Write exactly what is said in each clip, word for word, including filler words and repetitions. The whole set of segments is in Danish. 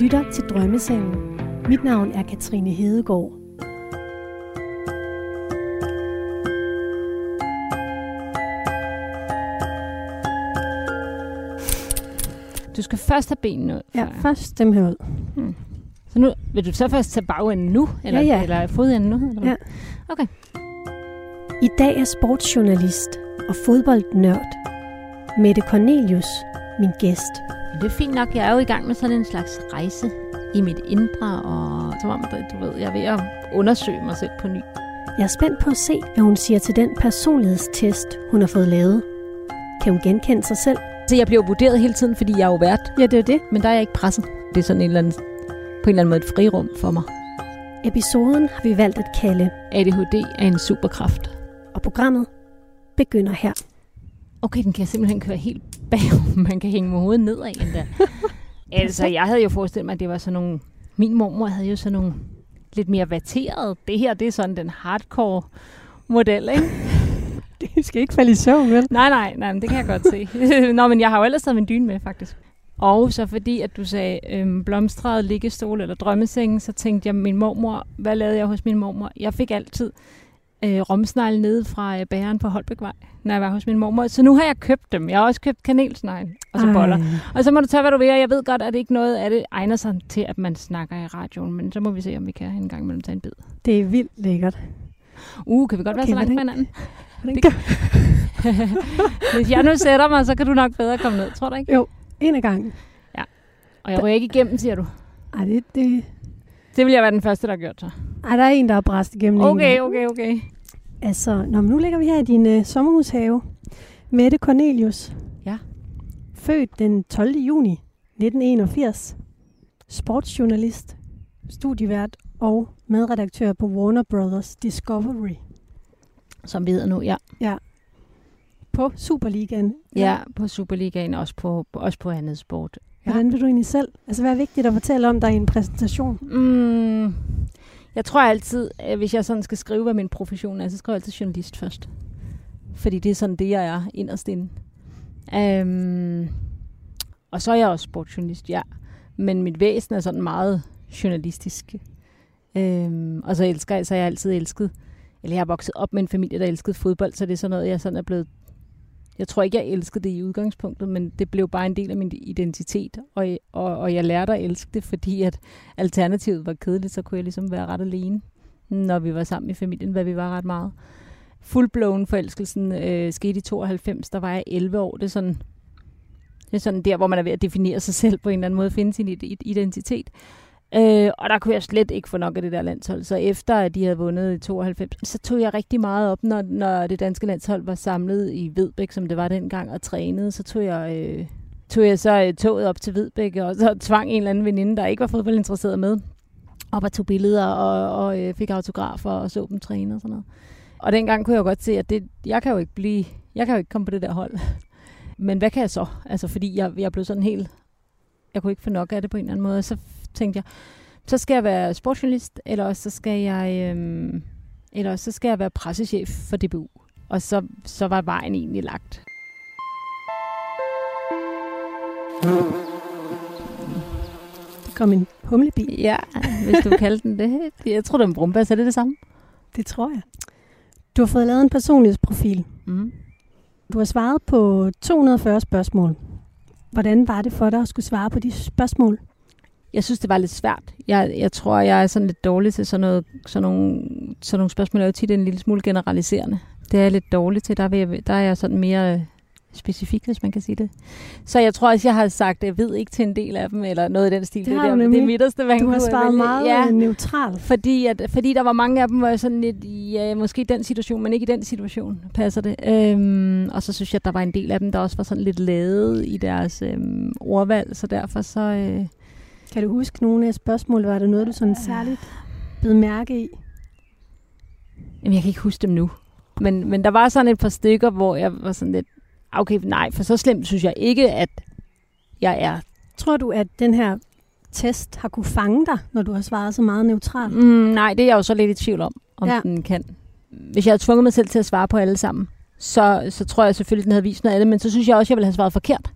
lytter til Drømmesengen. Mit navn er Katrine Hedegaard. Du skal først have benene ud. Ja, først dem her ud. Hmm. Så nu, vil du så først tage bagenden nu? Eller, ja, ja. eller fodenden nu? Eller? Ja. Okay. I dag er sportsjournalist og fodboldnørd Mette Cornelius min gæst. Det er fint nok. Jeg er jo i gang med sådan en slags rejse i mit indre, og som om, du ved, jeg er ved at undersøge mig selv på ny. Jeg er spændt på at se, hvad hun siger til den personlighedstest, hun har fået lavet. Kan hun genkende sig selv? Så jeg bliver vurderet hele tiden, fordi jeg er jo vært. Ja, det er det. Men der er jeg ikke presset. Det er sådan en eller anden, på en eller anden måde et frirum for mig. Episoden har vi valgt at kalde A D H D er en superkraft. Og programmet begynder her. Okay, den kan simpelthen køre helt bagom. Man kan hænge med hovedet nedad endda. Altså, jeg havde jo forestillet mig, at det var sådan nogle... Min mormor havde jo sådan nogle lidt mere vateret. Det her, det er sådan den hardcore model, ikke? Det skal ikke falde i søvn, vel? Nej, nej, nej, men det kan jeg godt se. Nå, men jeg har jo ellers taget min dyne med, faktisk. Og så fordi, at du sagde øhm, blomstret liggestol eller drømmesenge, så tænkte jeg, min mormor, hvad lavede jeg hos min mormor? Jeg fik altid øh, romsnegle nede fra øh, bageren på Holbækvej, når jeg var hos min mormor. Så nu har jeg købt dem. Jeg har også købt kanelsnegle og så Ej. boller. Og så må du tage, hvad du vil. Jeg ved godt, at det ikke noget af det egner sig til, at man snakker i radioen. Men så må vi se, om vi kan en gang imellem tage en bid. Det er vildt lækkert. Uh, kan vi godt Okay, være så langt hvordan- fra hinanden? Det Det- Hvis jeg nu sætter mig, så kan du nok bedre komme ned. Tror du ikke? Jo, en af gangen. Og jeg ryger ikke igennem, siger du. Ej, det, det... Det vil jeg være den første, der har gjort så. Ej, der er en, der er bræst igennem. en Okay, gang. okay, okay. Altså, når nu ligger vi her i din uh, sommerhushave. Mette Cornelius. Ja. Født den tolvte juni nitten enogfirs. Sportsjournalist, studievært og medredaktør på Warner Brothers Discovery. Som vi hedder nu, ja. Ja. På Superligaen. Ja, på Superligaen, også på, også på andet sport. Ja. Hvordan vil du egentlig selv? Altså, hvad er vigtigt at fortælle om dig i en præsentation? Mm, jeg tror altid, at hvis jeg sådan skal skrive, hvad min profession er, så skriver jeg altid journalist først. Fordi det er sådan det, jeg er inderst inde. Um, og så er jeg også sportsjournalist, ja. Men mit væsen er sådan meget journalistisk. Um, og så elsker jeg, så har jeg altid elsket, eller jeg har vokset op med en familie, der elskede fodbold, så det er sådan noget, jeg sådan er blevet. Jeg tror ikke, jeg elskede det i udgangspunktet, men det blev bare en del af min identitet, og, og, og jeg lærte at elske det, fordi at alternativet var kedeligt, så kunne jeg ligesom være ret alene, når vi var sammen i familien, hvad vi var ret meget. Fullblown forelskelsen øh, skete i tooghalvfems, der var jeg elleve år. Det er, sådan, det er sådan der, hvor man er ved at definere sig selv på en eller anden måde, finde sin identitet. Øh, og der kunne jeg slet ikke få nok af det der landshold. Så efter at de havde vundet i tooghalvfems, så tog jeg rigtig meget op, når, når det danske landshold var samlet i Vedbæk, som det var dengang, og trænede. Så tog jeg, øh, tog jeg så øh, toget op til Vedbæk, og så tvang en eller anden veninde, der ikke var fodboldinteresseret med, op og tog billeder og, og øh, fik autografer og så dem træne og sådan noget. Og dengang kunne jeg jo godt se, at det, jeg kan jo ikke blive, jeg kan jo ikke komme på det der hold. Men hvad kan jeg så? Altså fordi jeg, jeg blev sådan helt, jeg kunne ikke få nok af det på en eller anden måde, så tænkte jeg, så skal jeg være sportsjournalist, eller også så skal jeg, øhm, eller også så skal jeg være pressechef for D B U. Og så, så var vejen egentlig lagt. Der kom en humlebil. Ja, hvis du kaldte den det. Jeg tror, det er en brumbas. Er det det samme? Det tror jeg. Du har fået lavet en personlighedsprofil. Mm. Du har svaret på to hundrede og fyrre spørgsmål. Hvordan var det for dig at skulle svare på de spørgsmål? Jeg synes, det var lidt svært. Jeg, jeg tror, jeg er sådan lidt dårlig til sådan, noget, sådan, nogle, sådan nogle spørgsmål. Jeg er jo tit en lille smule generaliserende. Det er jeg lidt dårlig til. Der er jeg, der er jeg sådan mere specifik, hvis man kan sige det. Så jeg tror også, jeg har sagt, jeg ved ikke til en del af dem, eller noget i den stil. Det, det har der, du nemlig. Det midterste, man Du har kunne svaret vælge. meget Ja, neutralt. fordi, at, fordi der var mange af dem, hvor jeg sådan lidt, ja, måske i den situation, men ikke i den situation, passer det. Øhm, og så synes jeg, at der var en del af dem, der også var sådan lidt ladet i deres øhm, ordvalg, så derfor så... Øh, Kan du huske nogle af spørgsmål? Var der noget, du sådan særligt bed mærke i? Jamen, jeg kan ikke huske dem nu. Men, men der var sådan et par stykker, hvor jeg var sådan lidt, okay, nej, for så slemt synes jeg ikke, at jeg er. Tror du, at den her test har kunne fange dig, når du har svaret så meget neutralt? Mm, nej, det er jeg jo så lidt i tvivl om, om Ja. den kan. Hvis jeg havde tvunget mig selv til at svare på alle sammen, så, så tror jeg selvfølgelig, at den havde vist noget af det, men så synes jeg også, at jeg ville have svaret forkert.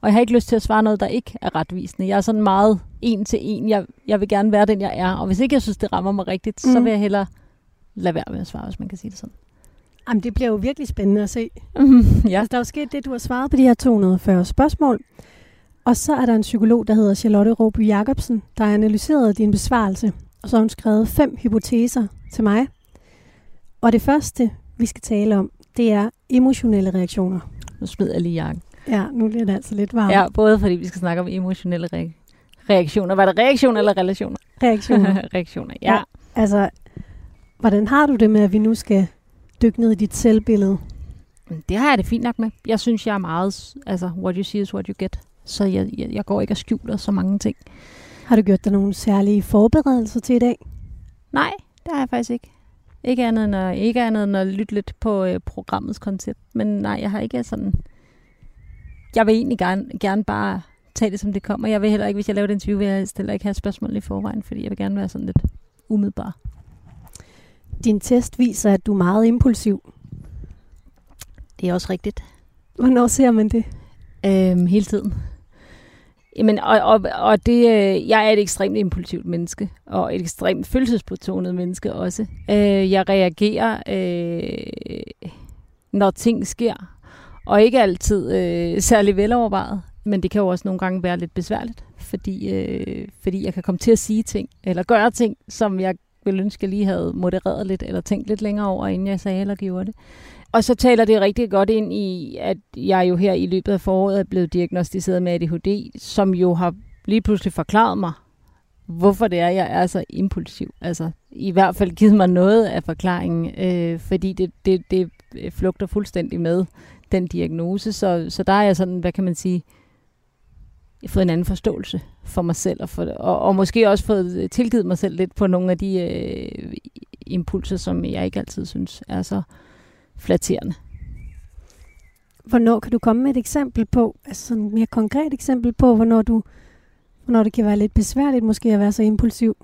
Og jeg har ikke lyst til at svare noget, der ikke er retvisende. Jeg er sådan meget en til en. Jeg, jeg vil gerne være den, jeg er. Og hvis ikke jeg synes, det rammer mig rigtigt, mm. så vil jeg hellere lade være med at svare, hvis man kan sige det sådan. Jamen, det bliver jo virkelig spændende at se. Mm, ja. Altså, der er jo sket det, du har svaret på de her to hundrede og fyrre spørgsmål. Og så er der en psykolog, der hedder Charlotte Råby Jacobsen, der har analyseret din besvarelse. Og så har hun skrevet fem hypoteser til mig. Og det første, vi skal tale om, det er emotionelle reaktioner. Nu smider jeg lige jakken. Ja, nu bliver det altså lidt varmt. Ja, både fordi vi skal snakke om emotionelle re- reaktioner. Var det reaktioner eller relationer? Reaktioner. reaktioner, ja. ja. Altså, hvordan har du det med, at vi nu skal dykke ned i dit selvbillede? Det har jeg det fint nok med. Jeg synes, jeg er meget, altså, what you see is what you get. Så jeg, jeg, jeg går ikke og skjuler så mange ting. Har du gjort dig nogle særlige forberedelser til i dag? Nej, det har jeg faktisk ikke. Ikke andet end at, ikke andet end at lytte lidt på øh, programmets koncept. Men nej, jeg har ikke sådan... Jeg vil egentlig gerne, gerne bare tage det, som det kommer. Jeg vil heller ikke, hvis jeg laver et interview, vil jeg heller ikke have spørgsmål i forvejen, fordi jeg vil gerne være sådan lidt umiddelbar. Din test viser, at du er meget impulsiv. Det er også rigtigt. Hvornår ser man det? Øhm, hele tiden. Jamen, og, og, og det, øh, jeg er et ekstremt impulsivt menneske, og et ekstremt følelsesbetonet menneske også. Øh, jeg reagerer, øh, når ting sker, og ikke altid øh, særlig velovervejet, men det kan jo også nogle gange være lidt besværligt, fordi, øh, fordi jeg kan komme til at sige ting, eller gøre ting, som jeg ville ønske, jeg lige havde modereret lidt, eller tænkt lidt længere over, inden jeg sagde eller gjorde det. Og så taler det rigtig godt ind i, at jeg jo her i løbet af foråret er blevet diagnosticeret med A D H D, som jo har lige pludselig forklaret mig, hvorfor det er, jeg er så impulsiv. Altså i hvert fald givet mig noget af forklaringen, øh, fordi det, det, det flugter fuldstændig med den diagnose. Så, så der er jeg sådan, hvad kan man sige, jeg har fået en anden forståelse for mig selv, og, for, og, og måske også fået tilgivet mig selv lidt på nogle af de øh, impulser, som jeg ikke altid synes er så flatterende. Hvornår kan du komme med et eksempel på, altså sådan et mere konkret eksempel på, hvornår, du, hvornår det kan være lidt besværligt måske at være så impulsiv?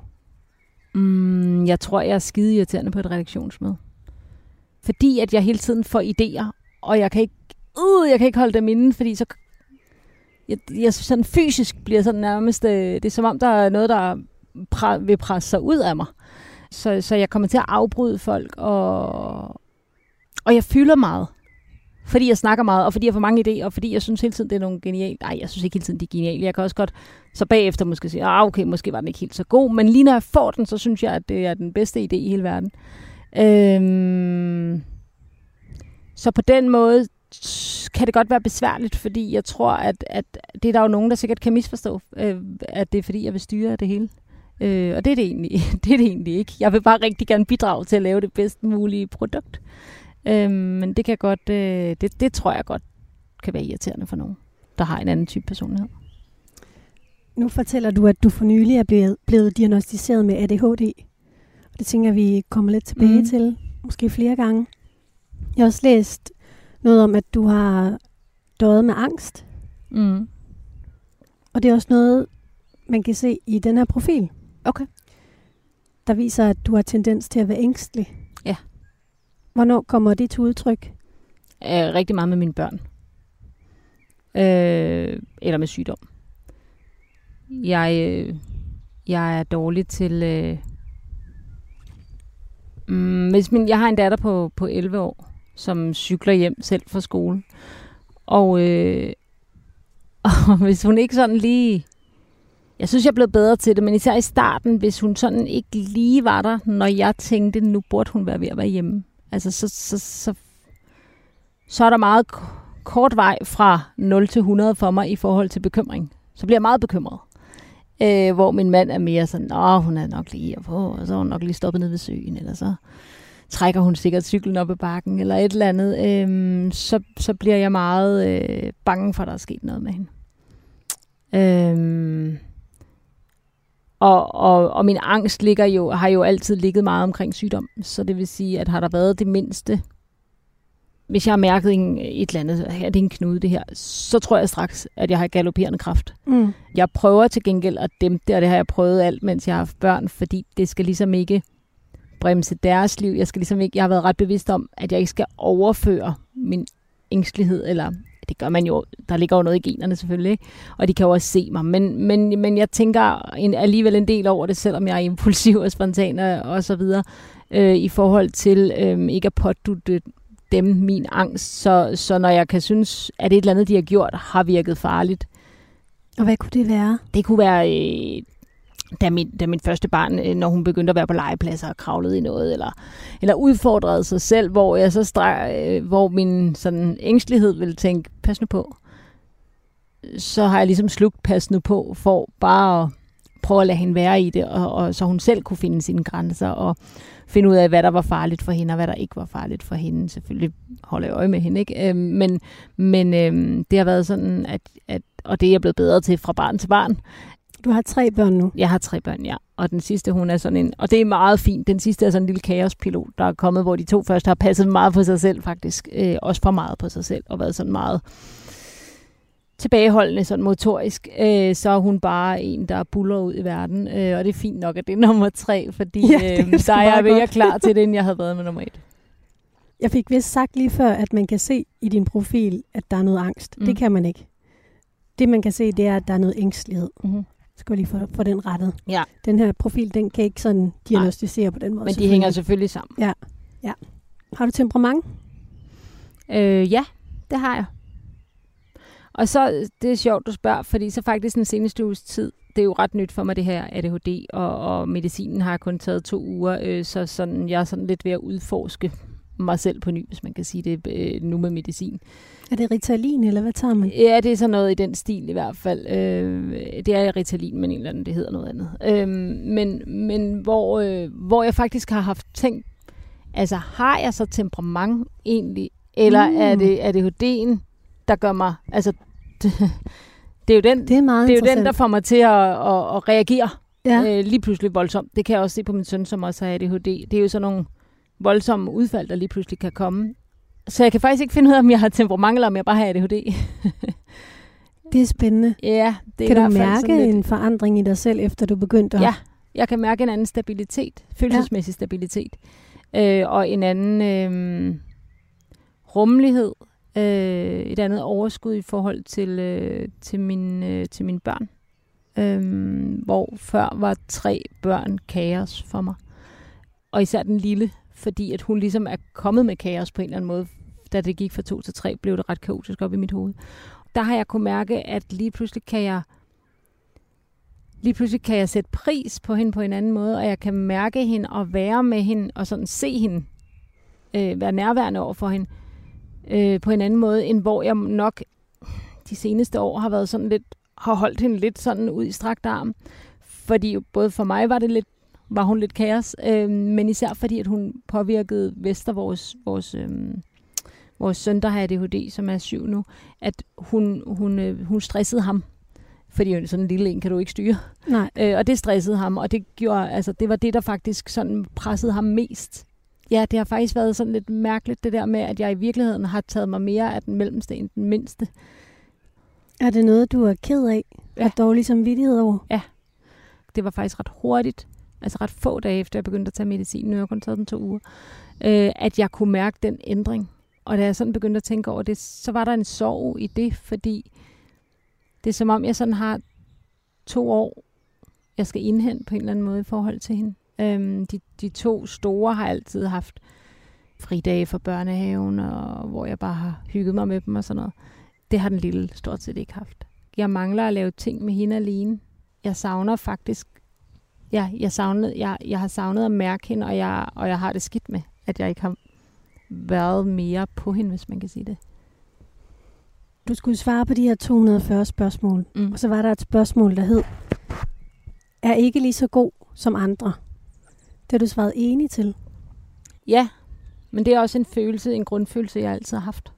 Mm, jeg tror, jeg er skide irriterende på et redaktionsmøde. Fordi at jeg hele tiden får idéer, og jeg kan ikke, uh, jeg kan ikke holde dem inde, fordi så jeg, jeg sådan fysisk bliver sådan nærmest, det er som om, der er noget, der pre, vil presse sig ud af mig. Så, så jeg kommer til at afbryde folk, og, og jeg fylder meget. Fordi jeg snakker meget, og fordi jeg får mange idéer, og fordi jeg synes hele tiden, det er nogle geniale. Nej, jeg synes ikke hele tiden, det er geniale. Jeg kan også godt så bagefter måske sige, ah, okay, måske var den ikke helt så god, men lige når jeg får den, så synes jeg, at det er den bedste idé i hele verden. Øhm, så på den måde kan det godt være besværligt, fordi jeg tror, at, at det er der jo nogen, der sikkert kan misforstå, øh, at det er fordi, jeg vil styre det hele. Øh, og det er det, egentlig, det er det egentlig ikke. Jeg vil bare rigtig gerne bidrage til at lave det bedst mulige produkt. Øh, men det kan godt, øh, det, det tror jeg godt kan være irriterende for nogen, der har en anden type personlighed. Nu fortæller du, at du for nylig er blevet, blevet diagnosticeret med A D H D. Og det tænker vi kommer lidt tilbage mm. til, måske flere gange. Jeg har også læst noget om, at du har døjet med angst. Mm. Og det er også noget, man kan se i den her profil. Okay. Der viser, at du har tendens til at være ængstelig. Ja. Hvornår kommer det til udtryk? Æh, rigtig meget med mine børn. Øh, eller med sygdom. Jeg, øh, jeg er dårlig til... Øh, mm, hvis min, jeg har en datter på, på elleve år, som cykler hjem selv fra skole. Og, øh, og hvis hun ikke sådan lige... Jeg synes, jeg er blevet bedre til det, men især i starten, hvis hun sådan ikke lige var der, når jeg tænkte, nu burde hun være ved at være hjemme. Altså, så, så, så, så er der meget k- kort vej fra nul til hundrede for mig i forhold til bekymring. Så bliver jeg meget bekymret. Øh, hvor min mand er mere sådan, åh, hun er nok lige her på, og så er hun nok lige stoppet ned ved søen, eller så trækker hun sikkert cyklen op ad bakken, eller et eller andet. Øh, så, så bliver jeg meget øh, bange for, at der er sket noget med hende. Øh, Og, og, og min angst ligger jo, har jo altid ligget meget omkring sygdom. Så det vil sige, at har der været det mindste, hvis jeg har mærket en, et eller andet, at det er en knude det her, så tror jeg straks, at jeg har galopperende kræft. Mm. Jeg prøver til gengæld at dæmpe det, og det har jeg prøvet alt, mens jeg har haft børn, fordi det skal ligesom ikke bremse deres liv. Jeg skal ligesom ikke, jeg har været ret bevidst om, at jeg ikke skal overføre min ængstelighed, eller det gør man jo, der ligger jo noget i generne selvfølgelig, ikke? Og de kan jo også se mig, men, men, men jeg tænker en, alligevel en del over det, selvom jeg er impulsiv og spontan og så videre, øh, i forhold til øh, ikke at pådutte dem min angst, så, så når jeg kan synes, at et eller andet, de har gjort, har virket farligt. Og hvad kunne det være? Det kunne være, øh, da, min, da min første barn, øh, når hun begyndte at være på legepladser og kravlede i noget, eller, eller udfordrede sig selv, hvor jeg så streg, øh, hvor min sådan ængstelighed ville tænke, pas nu på. Så har jeg ligesom slugt pas nu på, for bare at prøve at lade hende være i det, og, og så hun selv kunne finde sine grænser, og finde ud af, hvad der var farligt for hende, og hvad der ikke var farligt for hende. Selvfølgelig holder jeg øje med hende, ikke? Øhm, men men øhm, det har været sådan, at, at, og det er jeg blevet bedre til fra barn til barn. Du har tre børn nu? Jeg har tre børn, ja. Og den sidste, hun er sådan en, og det er meget fint, den sidste er sådan en lille kaospilot, der er kommet, hvor de to første har passet meget på sig selv, faktisk. Øh, også for meget på sig selv, og været sådan meget tilbageholdende, sådan motorisk, øh, så er hun bare en, der buller ud i verden. Øh, og det er fint nok, at det er nummer tre, fordi ja, øh, der er jeg mere klar til det, end jeg havde været med nummer et. Jeg fik vist sagt lige før, at man kan se i din profil, at der er noget angst. Mm. Det kan man ikke. Det, man kan se, det er, at der er noget ængstelighed. Mm-hmm. Skal vi lige få, få den rettet. Ja. Den her profil, den kan ikke sådan diagnostisere Nej. På den måde. Men de hænger selvfølgelig sammen. Ja. Ja. Har du temperament? Øh, ja, det har jeg. Og så, det er sjovt, du spørger, fordi så faktisk den seneste uges tid, det er jo ret nyt for mig, det her A D H D, og, og medicinen har kun taget to uger, øh, så sådan, jeg er sådan lidt ved at udforske mig selv på ny, hvis man kan sige det, øh, nu med medicin. Er det Ritalin, eller hvad tager man? Ja, det er sådan noget i den stil i hvert fald. Øh, det er Ritalin, men en eller anden, det hedder noget andet. Øh, men men hvor, øh, hvor jeg faktisk har haft tænkt, altså har jeg så temperament egentlig, eller mm. er det A D H D'en, der gør mig, altså det, det er jo den, det er, meget det er jo den, der får mig til at, at, at reagere ja. øh, lige pludselig voldsomt. Det kan jeg også se på min søn, som også har A D H D. Det er jo sådan nogle voldsomme udfald, der lige pludselig kan komme. Så jeg kan faktisk ikke finde ud af, om jeg har temperament, eller om jeg bare har A D H D. Det er spændende. Ja, det kan er du mærke en forandring i dig selv, efter du begyndte at... Ja, jeg kan mærke en anden stabilitet, følelsesmæssig ja. stabilitet, øh, og en anden øh, rummelighed, øh, et andet overskud i forhold til, øh, til, min, øh, til mine børn. Øh, hvor før var tre børn kaos for mig. Og især den lille, fordi at hun ligesom er kommet med kaos på en eller anden måde. Da det gik fra to til tre, blev det ret kaotisk op i mit hoved. Der har jeg kunne mærke, at lige pludselig kan jeg lige pludselig kan jeg sætte pris på hende på en anden måde, og jeg kan mærke hende og være med hende, og sådan se hende, øh, være nærværende over for hende, øh, på en anden måde, end hvor jeg nok de seneste år har været sådan lidt, har holdt hende lidt sådan ud i strakt arm. Fordi både for mig var det lidt, var hun lidt kaos, øh, men især fordi, at hun påvirkede Vester, vores, vores, øh, vores søn, der har A D H D, som er syv nu, at hun, hun, øh, hun stressede ham. Fordi sådan en lille en kan du ikke styre. Nej. Øh, og det stressede ham, og det gjorde, altså det var det, der faktisk sådan pressede ham mest. Ja, det har faktisk været sådan lidt mærkeligt, det der med, at jeg i virkeligheden har taget mig mere af den mellemste end den mindste. Er det noget, du er ked af? Ja. Har dårlig samvittighed over? Ja. Det var faktisk ret hurtigt, altså ret få dage efter, jeg begyndte at tage medicin, nu har jeg kun taget den to uger, øh, at jeg kunne mærke den ændring. Og da jeg sådan begyndte at tænke over det, så var der en sorg i det, fordi det er som om, jeg sådan har to år, jeg skal indhente på en eller anden måde i forhold til hende. Øhm, de, de to store har altid haft fridage for børnehaven, og hvor jeg bare har hygget mig med dem og sådan noget. Det har den lille stort set ikke haft. Jeg mangler at lave ting med hende alene. Jeg savner faktisk, ja, jeg, savnede, jeg, jeg har savnet at mærke hende, og jeg, og jeg har det skidt med, at jeg ikke har været mere på hende, hvis man kan sige det. Du skulle svare på de her to hundrede og fyrre spørgsmål, mm. og så var der et spørgsmål, der hed, er ikke lige så god som andre? Det har du svaret enig til. Ja, men det er også en følelse, en grundfølelse, jeg altid har haft.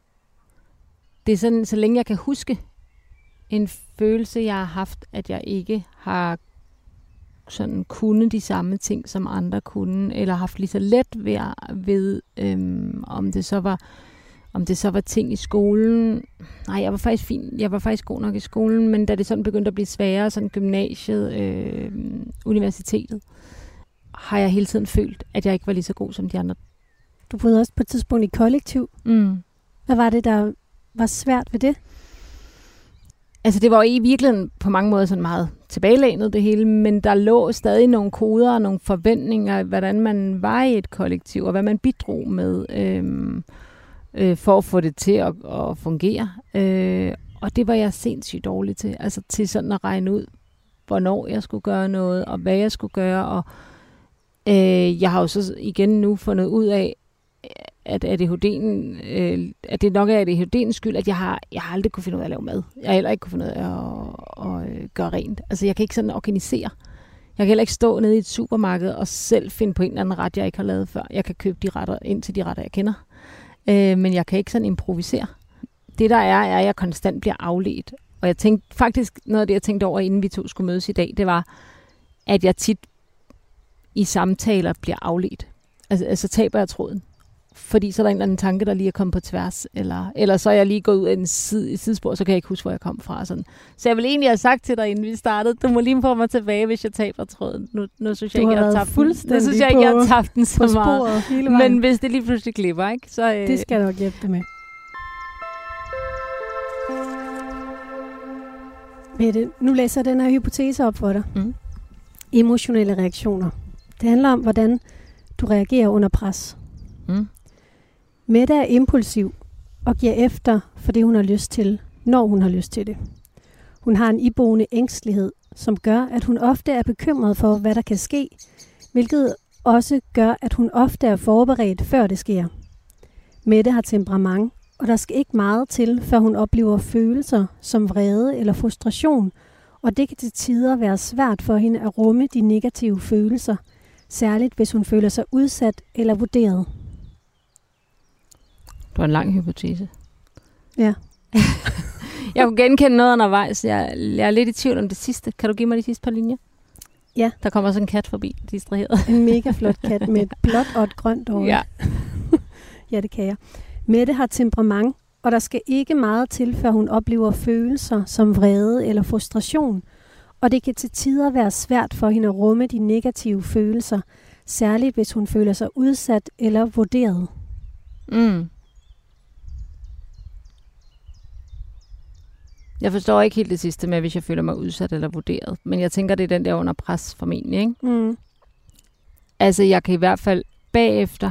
Det er sådan, så længe jeg kan huske, en følelse, jeg har haft, at jeg ikke har sådan kunne de samme ting, som andre kunne, eller haft lige så let ved, ved øhm, om det så var Om det så var ting i skolen. Nej, jeg var faktisk fin. Jeg var faktisk god nok i skolen, men da det sådan begyndte at blive sværere, sådan gymnasiet, øh, universitetet, har jeg hele tiden følt, at jeg ikke var lige så god som de andre. Du boede også på et tidspunkt i kollektiv. Mm. Hvad var det, der var svært ved det? Altså det var i virkeligheden på mange måder sådan meget tilbagelænet det hele, men der lå stadig nogle koder og nogle forventninger, hvordan man var i et kollektiv, og hvad man bidrog med øhm, øh, for at få det til at, at fungere. Øh, og det var jeg sindssygt dårlig til, altså til sådan at regne ud, hvornår jeg skulle gøre noget, og hvad jeg skulle gøre. Og øh, jeg har jo så igen nu fundet ud af, at A D H D'en, øh, at det nok er A D H D'ens skyld, at jeg har, jeg har aldrig kunne finde ud af at lave mad. Jeg har heller ikke kunne finde ud af at, at, at gøre rent. Altså jeg kan ikke sådan organisere. Jeg kan heller ikke stå nede i et supermarked og selv finde på en eller anden ret, jeg ikke har lavet før. Jeg kan købe de retter ind til de retter, jeg kender. Øh, men jeg kan ikke sådan improvisere. Det der er, er, at jeg konstant bliver afledt. Og jeg tænkte faktisk, noget af det, jeg tænkte over, inden vi to skulle mødes i dag, det var, at jeg tit i samtaler bliver afledt. Altså, altså taber jeg tråden. Fordi så er der en eller anden tanke, der lige er kommet på tværs. Eller, eller så er jeg lige gået ud af en side, et sidespor, så kan jeg ikke huske, hvor jeg kom fra. Sådan. Så jeg vil egentlig have sagt til dig, inden vi startede, du må lige få mig tilbage, hvis jeg taber tråden. Nu, nu synes jeg ikke, jeg har tabt den. Nu synes jeg ikke, jeg har tabt den så meget. Men hvis det lige pludselig klipper, ikke? Så, øh... det skal jeg nok hjælpe dig med. Mette, nu læser jeg den her hypotese op for dig. Mm. Emotionelle reaktioner. Det handler om, hvordan du reagerer under pres. Mm. Mette er impulsiv og giver efter for det, hun har lyst til, når hun har lyst til det. Hun har en iboende ængstelighed, som gør, at hun ofte er bekymret for, hvad der kan ske, hvilket også gør, at hun ofte er forberedt, før det sker. Mette har temperament, og der skal ikke meget til, før hun oplever følelser som vrede eller frustration, og det kan til tider være svært for hende at rumme de negative følelser, særligt hvis hun føler sig udsat eller vurderet. Det var en lang hypotese. Ja. Jeg kunne genkende noget undervejs. Jeg, jeg er lidt i tvivl om det sidste. Kan du give mig de sidste par linjer? Ja. Der kommer også en kat forbi, distraheret. En mega flot kat med et blåt og et grønt øje. Ja. Ja, det kan jeg. Mette har temperament, og der skal ikke meget til, før hun oplever følelser som vrede eller frustration. Og det kan til tider være svært for hende at rumme de negative følelser, særligt hvis hun føler sig udsat eller vurderet. Mm. Jeg forstår ikke helt det sidste med, hvis jeg føler mig udsat eller vurderet. Men jeg tænker, det er den der under pres formentlig, ikke? Mm. Altså, jeg kan i hvert fald bagefter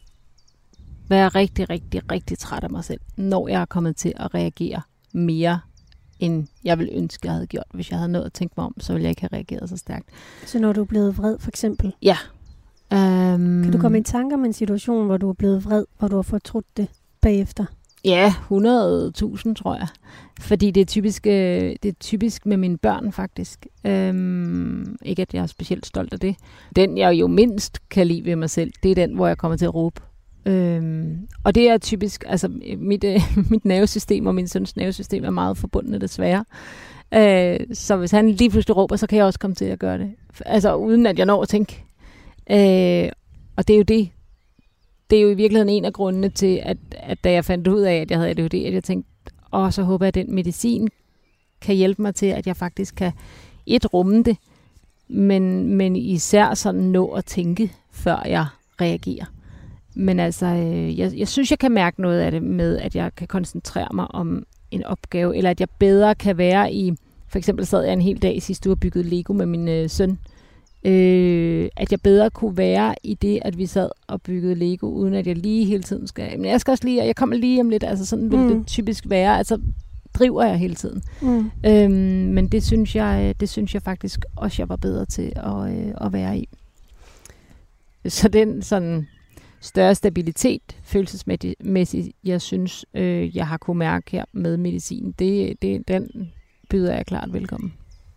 være rigtig, rigtig, rigtig træt af mig selv, når jeg er kommet til at reagere mere, end jeg ville ønske, jeg havde gjort. Hvis jeg havde noget at tænke mig om, så ville jeg ikke have reageret så stærkt. Så når du er blevet vred, for eksempel? Ja. Um, kan du komme i tanke om en situation, hvor du er blevet vred, hvor du har fortrudt det bagefter? Ja, hundrede tusind, tror jeg. Fordi det er typisk, øh, det er typisk med mine børn, faktisk. Øhm, ikke, at jeg er specielt stolt af det. Den, jeg jo mindst kan lide ved mig selv, det er den, hvor jeg kommer til at råbe. Øhm, og det er typisk, altså mit, øh, mit nervesystem og min søns nervesystem er meget forbundne, desværre. Øh, så hvis han lige pludselig råber, så kan jeg også komme til at gøre det. Altså uden at jeg når at tænke. Øh, og det er jo det. Det er jo i virkeligheden en af grundene til, at, at da jeg fandt ud af, at jeg havde A D H D, at jeg tænkte, åh, så håber jeg, at den medicin kan hjælpe mig til, at jeg faktisk kan et rumme det, men, men især sådan nå at tænke, før jeg reagerer. Men altså, øh, jeg, jeg synes, jeg kan mærke noget af det med, at jeg kan koncentrere mig om en opgave, eller at jeg bedre kan være i, for eksempel sad jeg en hel dag sidste uge og byggede Lego med min øh, søn, Øh, at jeg bedre kunne være i det, at vi sad og byggede Lego, uden at jeg lige hele tiden skal... Men jeg skal også lige, jeg kommer lige om lidt, altså sådan vil mm. det typisk være, altså driver jeg hele tiden. Mm. Øhm, men det synes jeg, det synes jeg faktisk også, jeg var bedre til at, øh, at være i. Så den sådan større stabilitet, følelsesmæssigt, jeg synes, øh, jeg har kunne mærke her med medicin, det, det, den byder jeg klart velkommen.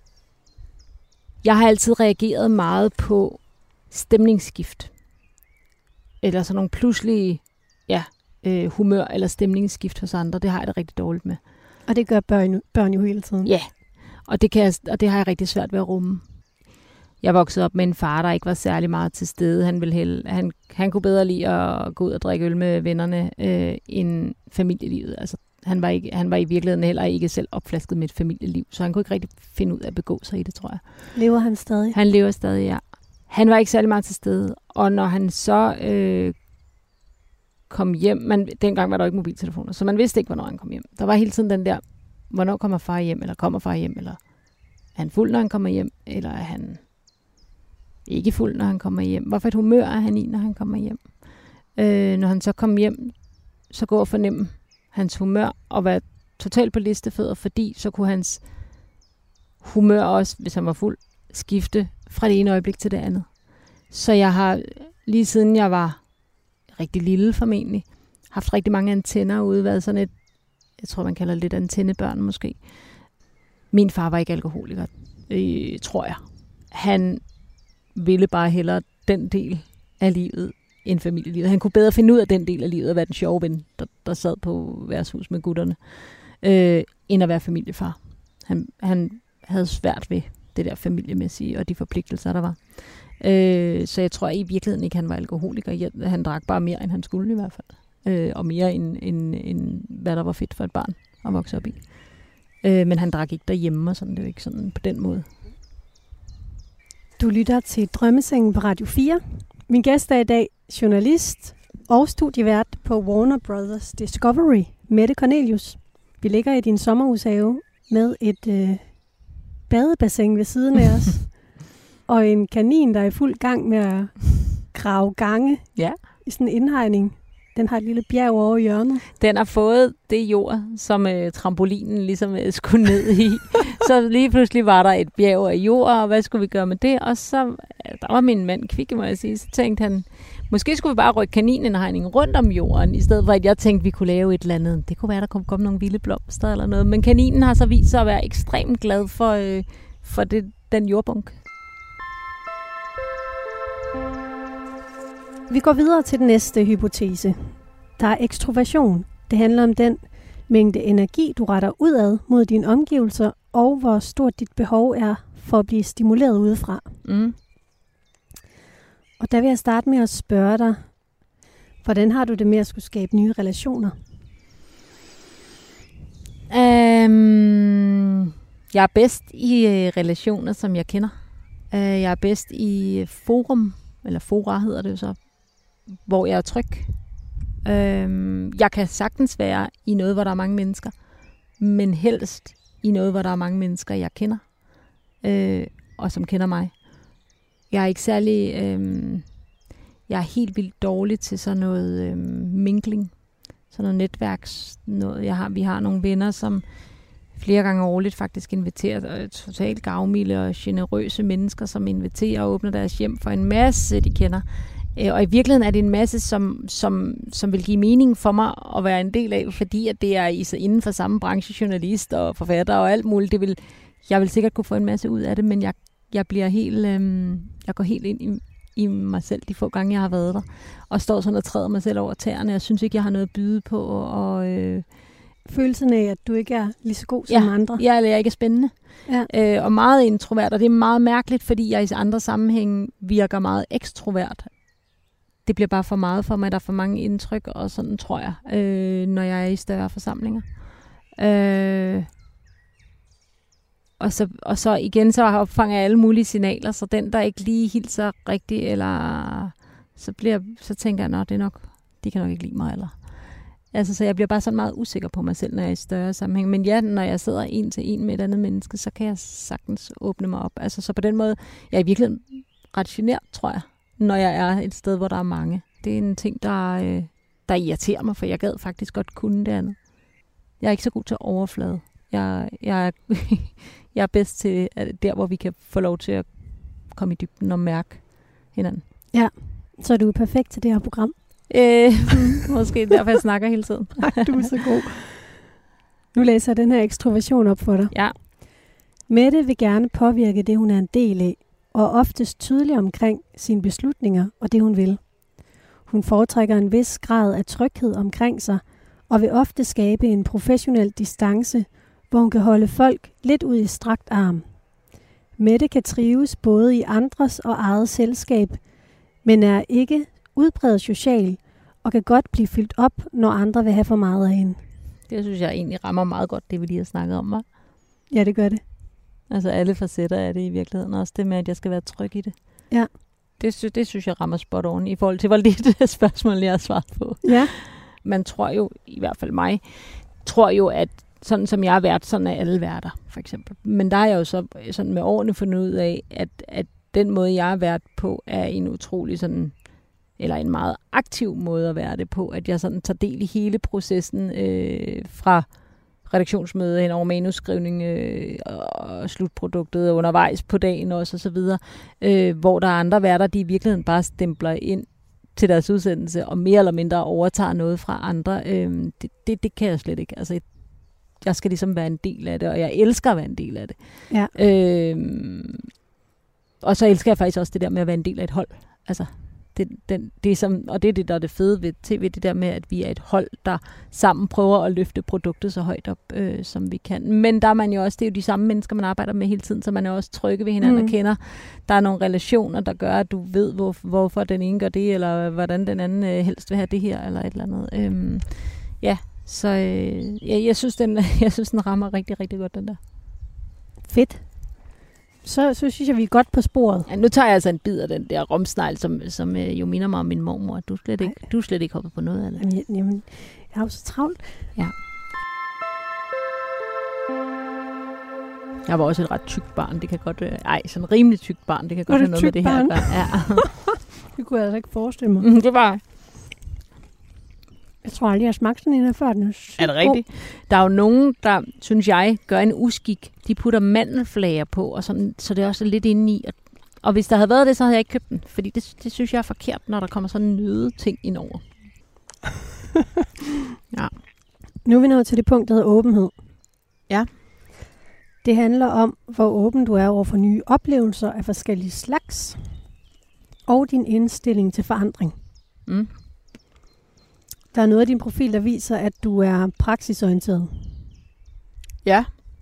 Jeg har altid reageret meget på stemningsskift. Eller sådan nogle pludselige ja, øh, humør- eller stemningsskift hos andre. Det har jeg det rigtig dårligt med. Og det gør børn, børn jo hele tiden. Ja, og det, kan jeg, og det har jeg rigtig svært ved at rumme. Jeg voksede op med en far, der ikke var særlig meget til stede. Han, ville hellere, han, han kunne bedre lide at gå ud og drikke øl med vennerne øh, end familielivet. Altså, han, var ikke, han var i virkeligheden heller ikke selv opflasket med et familieliv, så han kunne ikke rigtig finde ud af at begå sig i det, tror jeg. Lever han stadig? Han lever stadig, ja. Han var ikke særlig meget til stede, og når han så øh, kom hjem. Man, dengang var der ikke mobiltelefoner, så man vidste ikke, hvornår han kom hjem. Der var hele tiden den der, hvornår kommer far hjem, eller kommer far hjem, eller er han fuld, når han kommer hjem, eller er han ikke fuld, når han kommer hjem. Hvorfor et humør er han i, når han kommer hjem? Øh, når han så kom hjem, så går og fornemme hans humør, og være totalt på listefødder, fordi så kunne hans humør også, hvis han var fuld, skifte fra det ene øjeblik til det andet. Så jeg har, lige siden jeg var rigtig lille formentlig, haft rigtig mange antenner ude, været sådan et, jeg tror man kalder det lidt antennebørn måske. Min far var ikke alkoholiker, øh, tror jeg. Han ville bare hellere den del af livet end familielivet. Han kunne bedre finde ud af den del af livet, at være den sjove ven, der, der sad på værtshus med gutterne, øh, end at være familiefar. Han, han havde svært ved det der familiemæssige og de forpligtelser, der var. Øh, så jeg tror i virkeligheden ikke, han var alkoholiker. Jeg, han drak bare mere, end han skulle i hvert fald. Øh, og mere, end, end, end hvad der var fedt for et barn at vokse op i. Øh, men han drak ikke derhjemme, og sådan, det er jo ikke sådan på den måde. Du lytter til Drømmesengen på Radio fire. Min gæst er i dag journalist og studievært på Warner Brothers Discovery, Mette Cornelius. Vi ligger i din sommerhushave med et øh, badebassin ved siden af os, og en kanin, der er i fuld gang med at grave gange ja. i sådan en indhegning. Den har et lille bjerg over hjørnet. Den har fået det jord, som øh, trampolinen ligesom øh, skulle ned i. Så lige pludselig var der et bjerg af jord, og hvad skulle vi gøre med det? Og så, øh, der var min mand kvikke, må jeg sige, så tænkte han, måske skulle vi bare rykke kaninindhegningen rundt om jorden, i stedet for at jeg tænkte, vi kunne lave et eller andet. Det kunne være, der kunne komme nogle vilde blomster eller noget. Men kaninen har så vist sig at være ekstremt glad for, øh, for det, den jordbunk. Vi går videre til den næste hypotese. Der er ekstroversion. Det handler om den mængde energi, du retter udad mod dine omgivelser, og hvor stort dit behov er for at blive stimuleret udefra. Mm. Og der vil jeg starte med at spørge dig, hvordan har du det med at skulle skabe nye relationer? Um, jeg er bedst i uh, relationer, som jeg kender. Uh, jeg er bedst i forum, eller fora hedder det jo så, hvor jeg er tryg. Øhm, jeg kan sagtens være i noget, hvor der er mange mennesker, men helst i noget, hvor der er mange mennesker, jeg kender, øh, og som kender mig. Jeg er ikke særlig, øh, jeg er helt vildt dårlig til sådan noget øh, mingling, sådan noget netværks, noget. Jeg har, vi har nogle venner, som flere gange årligt faktisk inviterer øh, totalt gavmilde og generøse mennesker, som inviterer og åbner deres hjem for en masse, de kender. Og i virkeligheden er det en masse, som, som, som vil give mening for mig at være en del af, fordi at det er i sig inden for samme branche, journalist og forfatter og alt muligt. Det vil, jeg vil sikkert kunne få en masse ud af det, men jeg, jeg bliver helt, øhm, jeg går helt ind i, i mig selv de få gange, jeg har været der, og står sådan og træder mig selv over tæerne. Jeg synes ikke, jeg har noget at byde på. Og, øh, følelsen af, at du ikke er lige så god som ja, andre. Ja, eller jeg ikke er spændende. Ja. Øh, og meget introvert, og det er meget mærkeligt, fordi jeg i andre sammenhænge virker meget ekstrovert. Det bliver bare for meget for mig, der er for mange indtryk, og sådan tror jeg, øh, når jeg er i større forsamlinger. Øh, og, så, og så igen, så opfanger jeg alle mulige signaler, så den, der ikke lige hilser rigtigt, eller så, bliver, så tænker jeg, nå, det er nok, de kan nok ikke lide mig, eller... Altså, så jeg bliver bare sådan meget usikker på mig selv, når jeg er i større sammenhæng. Men ja, når jeg sidder en til en med et andet menneske, så kan jeg sagtens åbne mig op. Altså, så på den måde, jeg er i virkeligheden ret genert, tror jeg, når jeg er et sted, hvor der er mange. Det er en ting, der, øh, der irriterer mig, for jeg gad faktisk godt kunne det andet. Jeg er ikke så god til overflade. Jeg, jeg, jeg er bedst til der, hvor vi kan få lov til at komme i dybden og mærke hinanden. Ja, så er du perfekt til det her program. Øh, måske derfor, jeg snakker hele tiden. Du er så god. Nu læser jeg den her ekstroversion op for dig. Ja. Mette vil gerne påvirke det, hun er en del af, og er oftest tydelig omkring sine beslutninger og det, hun vil. Hun foretrækker en vis grad af tryghed omkring sig, og vil ofte skabe en professionel distance, hvor hun kan holde folk lidt ud i strakt arm. Mette kan trives både i andres og eget selskab, men er ikke udpræget social, og kan godt blive fyldt op, når andre vil have for meget af hende. Det synes jeg egentlig rammer meget godt, det vi lige har snakket om, hva'? Ja, det gør det. Altså alle facetter af det i virkeligheden, også det med, at jeg skal være tryg i det. Ja. det, sy- det synes jeg rammer spot on i forhold til, hvor lidt spørgsmål jeg har svaret på. Ja. Man tror jo, i hvert fald mig, tror jo, at sådan som jeg har været, sådan er alle værter, for eksempel. Men der har jeg jo så sådan med årene fundet ud af, at, at den måde, jeg har været på, er en utrolig sådan, eller en meget aktiv måde at være det på, at jeg sådan tager del i hele processen øh, fra redaktionsmøde hen over manuskrivning øh, og slutproduktet undervejs på dagen også og så videre, øh, hvor der er andre værter, de i virkeligheden bare stempler ind til deres udsendelse og mere eller mindre overtager noget fra andre. Øh, det, det, det kan jeg slet ikke. Altså, jeg skal ligesom være en del af det, og jeg elsker at være en del af det. Ja. Øh, og så elsker jeg faktisk også det der med at være en del af et hold. Altså, det, den, det er som, og det er det, der er det fede ved tv, det der med, at vi er et hold, der sammen prøver at løfte produktet så højt op, øh, som vi kan. Men der er man jo også, det er jo de samme mennesker, man arbejder med hele tiden, så man er også trygge ved hinanden mm. og kender. Der er nogle relationer, der gør, at du ved, hvor, hvorfor den ene gør det, eller hvordan den anden øh, helst vil have det her, eller et eller andet. Øhm, ja, så øh, jeg, jeg, synes, den, jeg synes, den rammer rigtig, rigtig godt, den der. Fedt. Så, så synes jeg, vi er godt på sporet. Ja, nu tager jeg altså en bid af den der romsnegl, som, som øh, jo minder mig om min mormor. Du er slet ikke, du er slet ikke hoppet på noget af det. Jamen, jamen, jeg har jo så travlt. Ja. Jeg var også et ret tykt barn. Det kan godt... Øh, ej, sådan en rimelig tykt barn. Det kan godt have noget med det her. Ja. Det kunne jeg altså ikke forestille mig. Mm, det var... Jeg tror aldrig, jeg har smagt sådan en her før. Den er, er det rigtigt? Der er jo nogen, der, synes jeg, gør en uskik. De putter mandelflager på, og sådan, så det er også lidt inde i. Og, og hvis der havde været det, så havde jeg ikke købt den. Fordi det, det synes jeg er forkert, når der kommer sådan nøde ting indover. Ja. Nu er vi nået til det punkt, der hedder åbenhed. Ja. Det handler om, hvor åben du er over for nye oplevelser af forskellige slags. Og din indstilling til forandring. Mm. Der er noget af din profil, der viser, at du er praksisorienteret. Ja.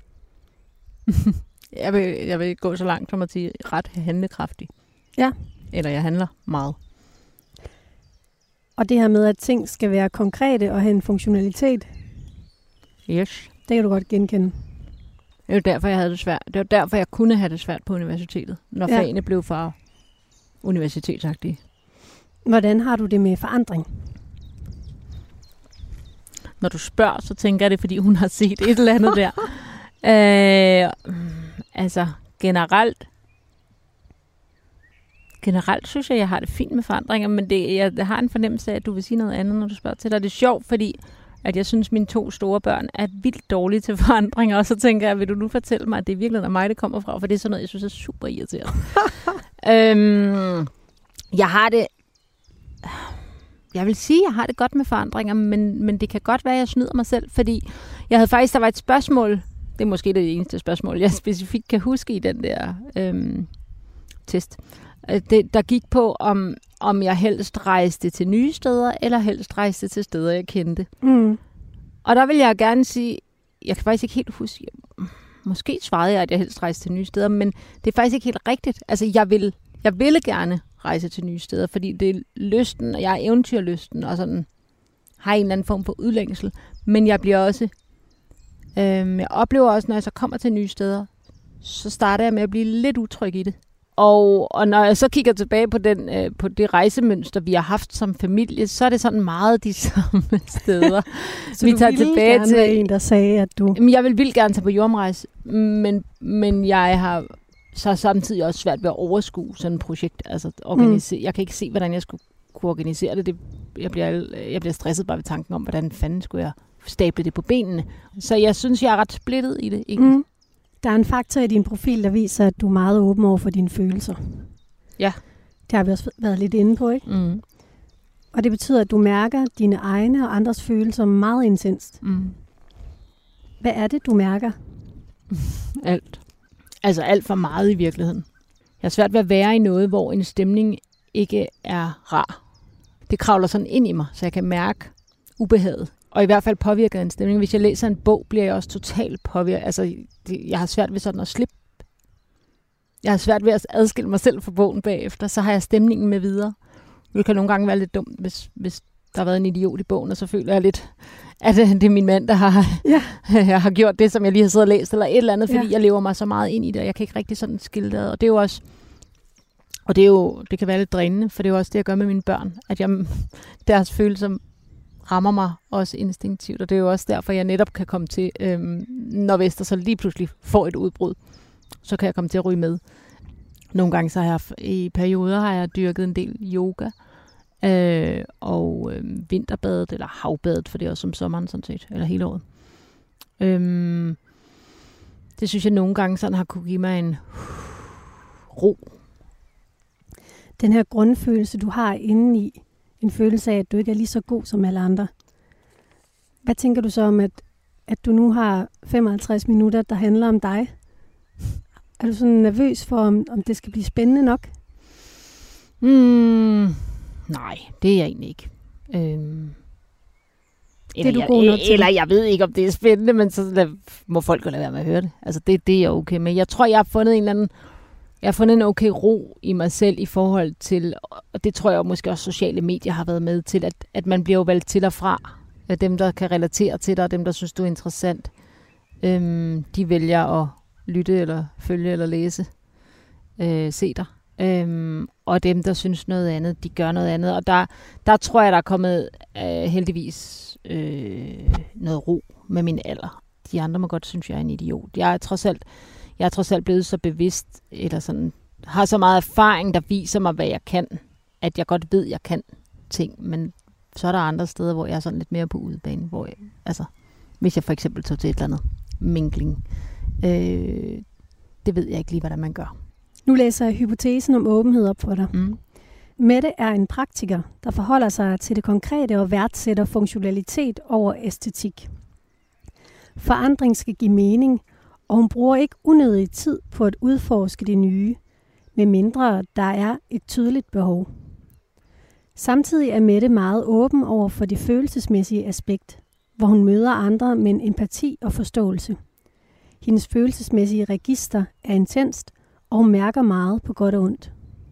jeg, vil, jeg vil gå så langt som at sige ret handlekraftig. Ja. Eller jeg handler meget. Og det her med, at ting skal være konkrete og have en funktionalitet. Yes. Det kan du godt genkende. Det var derfor, jeg havde det svært. Det var derfor, jeg kunne have det svært på universitetet, når ja. fagene blev for universitetsagtige. Hvordan har du det med forandring? Når du spørger, så tænker jeg det, fordi hun har set et eller andet der. øh, altså, generelt, generelt synes jeg, jeg har det fint med forandringer, men det, jeg, jeg har en fornemmelse af, at du vil sige noget andet, når du spørger til dig. Det er sjovt, fordi at jeg synes, mine to store børn er vildt dårlige til forandringer, og så tænker jeg, vil du nu fortælle mig, at det er virkelig af mig, det kommer fra, for det er sådan noget, jeg synes er super irriterende. øhm, jeg har det... Jeg vil sige, at jeg har det godt med forandringer, men, men det kan godt være, at jeg snyder mig selv, fordi jeg havde faktisk, der var et spørgsmål, det er måske det eneste spørgsmål, jeg specifikt kan huske i den der øhm, test, det, der gik på, om, om jeg helst rejste til nye steder, eller helst rejste til steder, jeg kendte. Mm. Og der vil jeg gerne sige, jeg kan faktisk ikke helt huske, måske svarede jeg, at jeg helst rejste til nye steder, men det er faktisk ikke helt rigtigt. Altså, jeg vil, jeg ville gerne rejse til nye steder, fordi det er lysten, og jeg er eventyrlysten, og sådan har en eller anden form for udlængsel. Men jeg bliver også, øhm, jeg oplever også, når jeg så kommer til nye steder, så starter jeg med at blive lidt utryg i det. Og, og når jeg så kigger tilbage på, den, øh, på det rejsemønster, vi har haft som familie, så er det sådan meget de samme steder. Så vi du tager ville tilbage gerne til være en, der sagde, at du... Jamen, jeg vil vildt gerne tage på jordomrejse, men, men jeg har så samtidig også svært ved at overskue sådan et projekt. Altså, organisere. Mm. Jeg kan ikke se, hvordan jeg skulle kunne organisere det. det jeg, bliver, jeg bliver stresset bare ved tanken om, hvordan fanden skulle jeg stable det på benene. Så jeg synes, jeg er ret splittet i det. Ikke? Mm. Der er en faktor i din profil, der viser, at du er meget åben over for dine følelser. Ja. Det har vi også været lidt inde på, ikke? Mm. Og det betyder, at du mærker dine egne og andres følelser meget intenst. Mm. Hvad er det, du mærker? Alt. Altså alt for meget i virkeligheden. Jeg har svært ved at være i noget, hvor en stemning ikke er rar. Det kravler sådan ind i mig, så jeg kan mærke ubehaget. Og i hvert fald påvirket en stemning. Hvis jeg læser en bog, bliver jeg også totalt påvirket. Altså, det, jeg har svært ved sådan at slippe. Jeg har svært ved at adskille mig selv fra bogen bagefter. Så har jeg stemningen med videre. Det kan nogle gange være lidt dumt, hvis, hvis der har været en idiot i bogen, og så føler jeg lidt, at det er min mand, der har, ja. jeg har gjort det, som jeg lige har siddet og læst, eller et eller andet, fordi ja. jeg lever mig så meget ind i det, og jeg kan ikke rigtig sådan skille det. Og det er jo også Og det er jo, det kan være lidt drænende, for det er jo også det, jeg gør med mine børn, at jeg, deres følelser rammer mig også instinktivt, og det er jo også derfor, jeg netop kan komme til, øhm, når Vester så lige pludselig får et udbrud, så kan jeg komme til at ryge med. Nogle gange så har jeg, i perioder har jeg dyrket en del yoga, øh, og øh, vinterbadet, eller havbadet, for det er også om sommeren sådan set, eller hele året. Øhm, det synes jeg nogle gange sådan har kunne give mig en ro. Den her grundfølelse, du har indeni, en følelse af, at du ikke er lige så god som alle andre. Hvad tænker du så om, at, at du nu har femoghalvtreds minutter, der handler om dig? Er du sådan nervøs for, om, om det skal blive spændende nok? Mm, nej, det er jeg egentlig ikke. Øhm, det er du jeg, god nok til. Eller jeg ved ikke, om det er spændende, men så lad, må folk jo lade være med at høre det. Altså det, det er jeg okay med. Jeg tror, jeg har fundet en eller anden, jeg har fundet en okay ro i mig selv i forhold til, og det tror jeg måske også sociale medier har været med til, at, at man bliver jo valgt til og fra. At dem, der kan relatere til dig, og dem, der synes, du er interessant, øhm, de vælger at lytte eller følge eller læse, øh, se dig. Øhm, og dem, der synes noget andet, de gør noget andet. Og der, der tror jeg, der er kommet øh, heldigvis øh, noget ro med min alder. De andre må godt synes, jeg er en idiot. Jeg er trods alt, jeg er trods alt blevet så bevidst, eller sådan, har så meget erfaring, der viser mig, hvad jeg kan, at jeg godt ved, jeg kan ting. Men så er der andre steder, hvor jeg er sådan lidt mere på udebane. Hvor jeg, altså, hvis jeg for eksempel tager til et eller andet mingling, øh, det ved jeg ikke lige, hvordan man gør. Nu læser jeg hypotesen om åbenhed op for dig. Mm. Mette er en praktiker, der forholder sig til det konkrete og værdsætter funktionalitet over æstetik. Forandring skal give mening, og hun bruger ikke unødig tid på at udforske det nye, medmindre der er et tydeligt behov. Samtidig er Mette meget åben over for det følelsesmæssige aspekt, hvor hun møder andre med en empati og forståelse. Hendes følelsesmæssige register er intenst, og hun mærker meget på godt og ondt.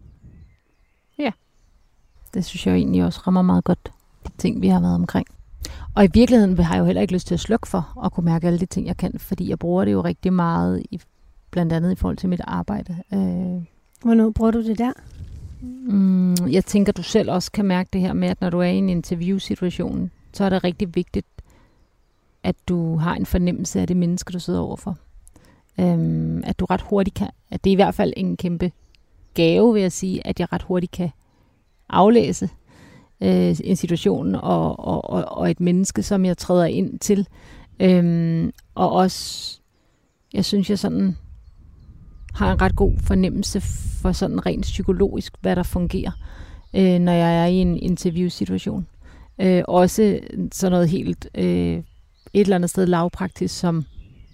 Ja, det synes jeg egentlig også rammer meget godt, de ting, vi har været omkring. Og i virkeligheden har jeg jo heller ikke lyst til at slukke for at kunne mærke alle de ting, jeg kan, fordi jeg bruger det jo rigtig meget, i, blandt andet i forhold til mit arbejde. Øh, Hvornår bruger du det der? Mm, jeg tænker, du selv også kan mærke det her med, at når du er i en interviewsituation, så er det rigtig vigtigt, at du har en fornemmelse af det menneske, du sidder overfor. Øhm, at du ret hurtigt kan, at det er i hvert fald en kæmpe gave, vil jeg sige, at jeg ret hurtigt kan aflæse øh, en situation og, og, og, og et menneske, som jeg træder ind til. Øhm, og også, jeg synes, jeg sådan har en ret god fornemmelse for sådan rent psykologisk, hvad der fungerer, øh, når jeg er i en interviewsituation. Øh, også sådan noget helt øh, et eller andet sted lavpraktisk, som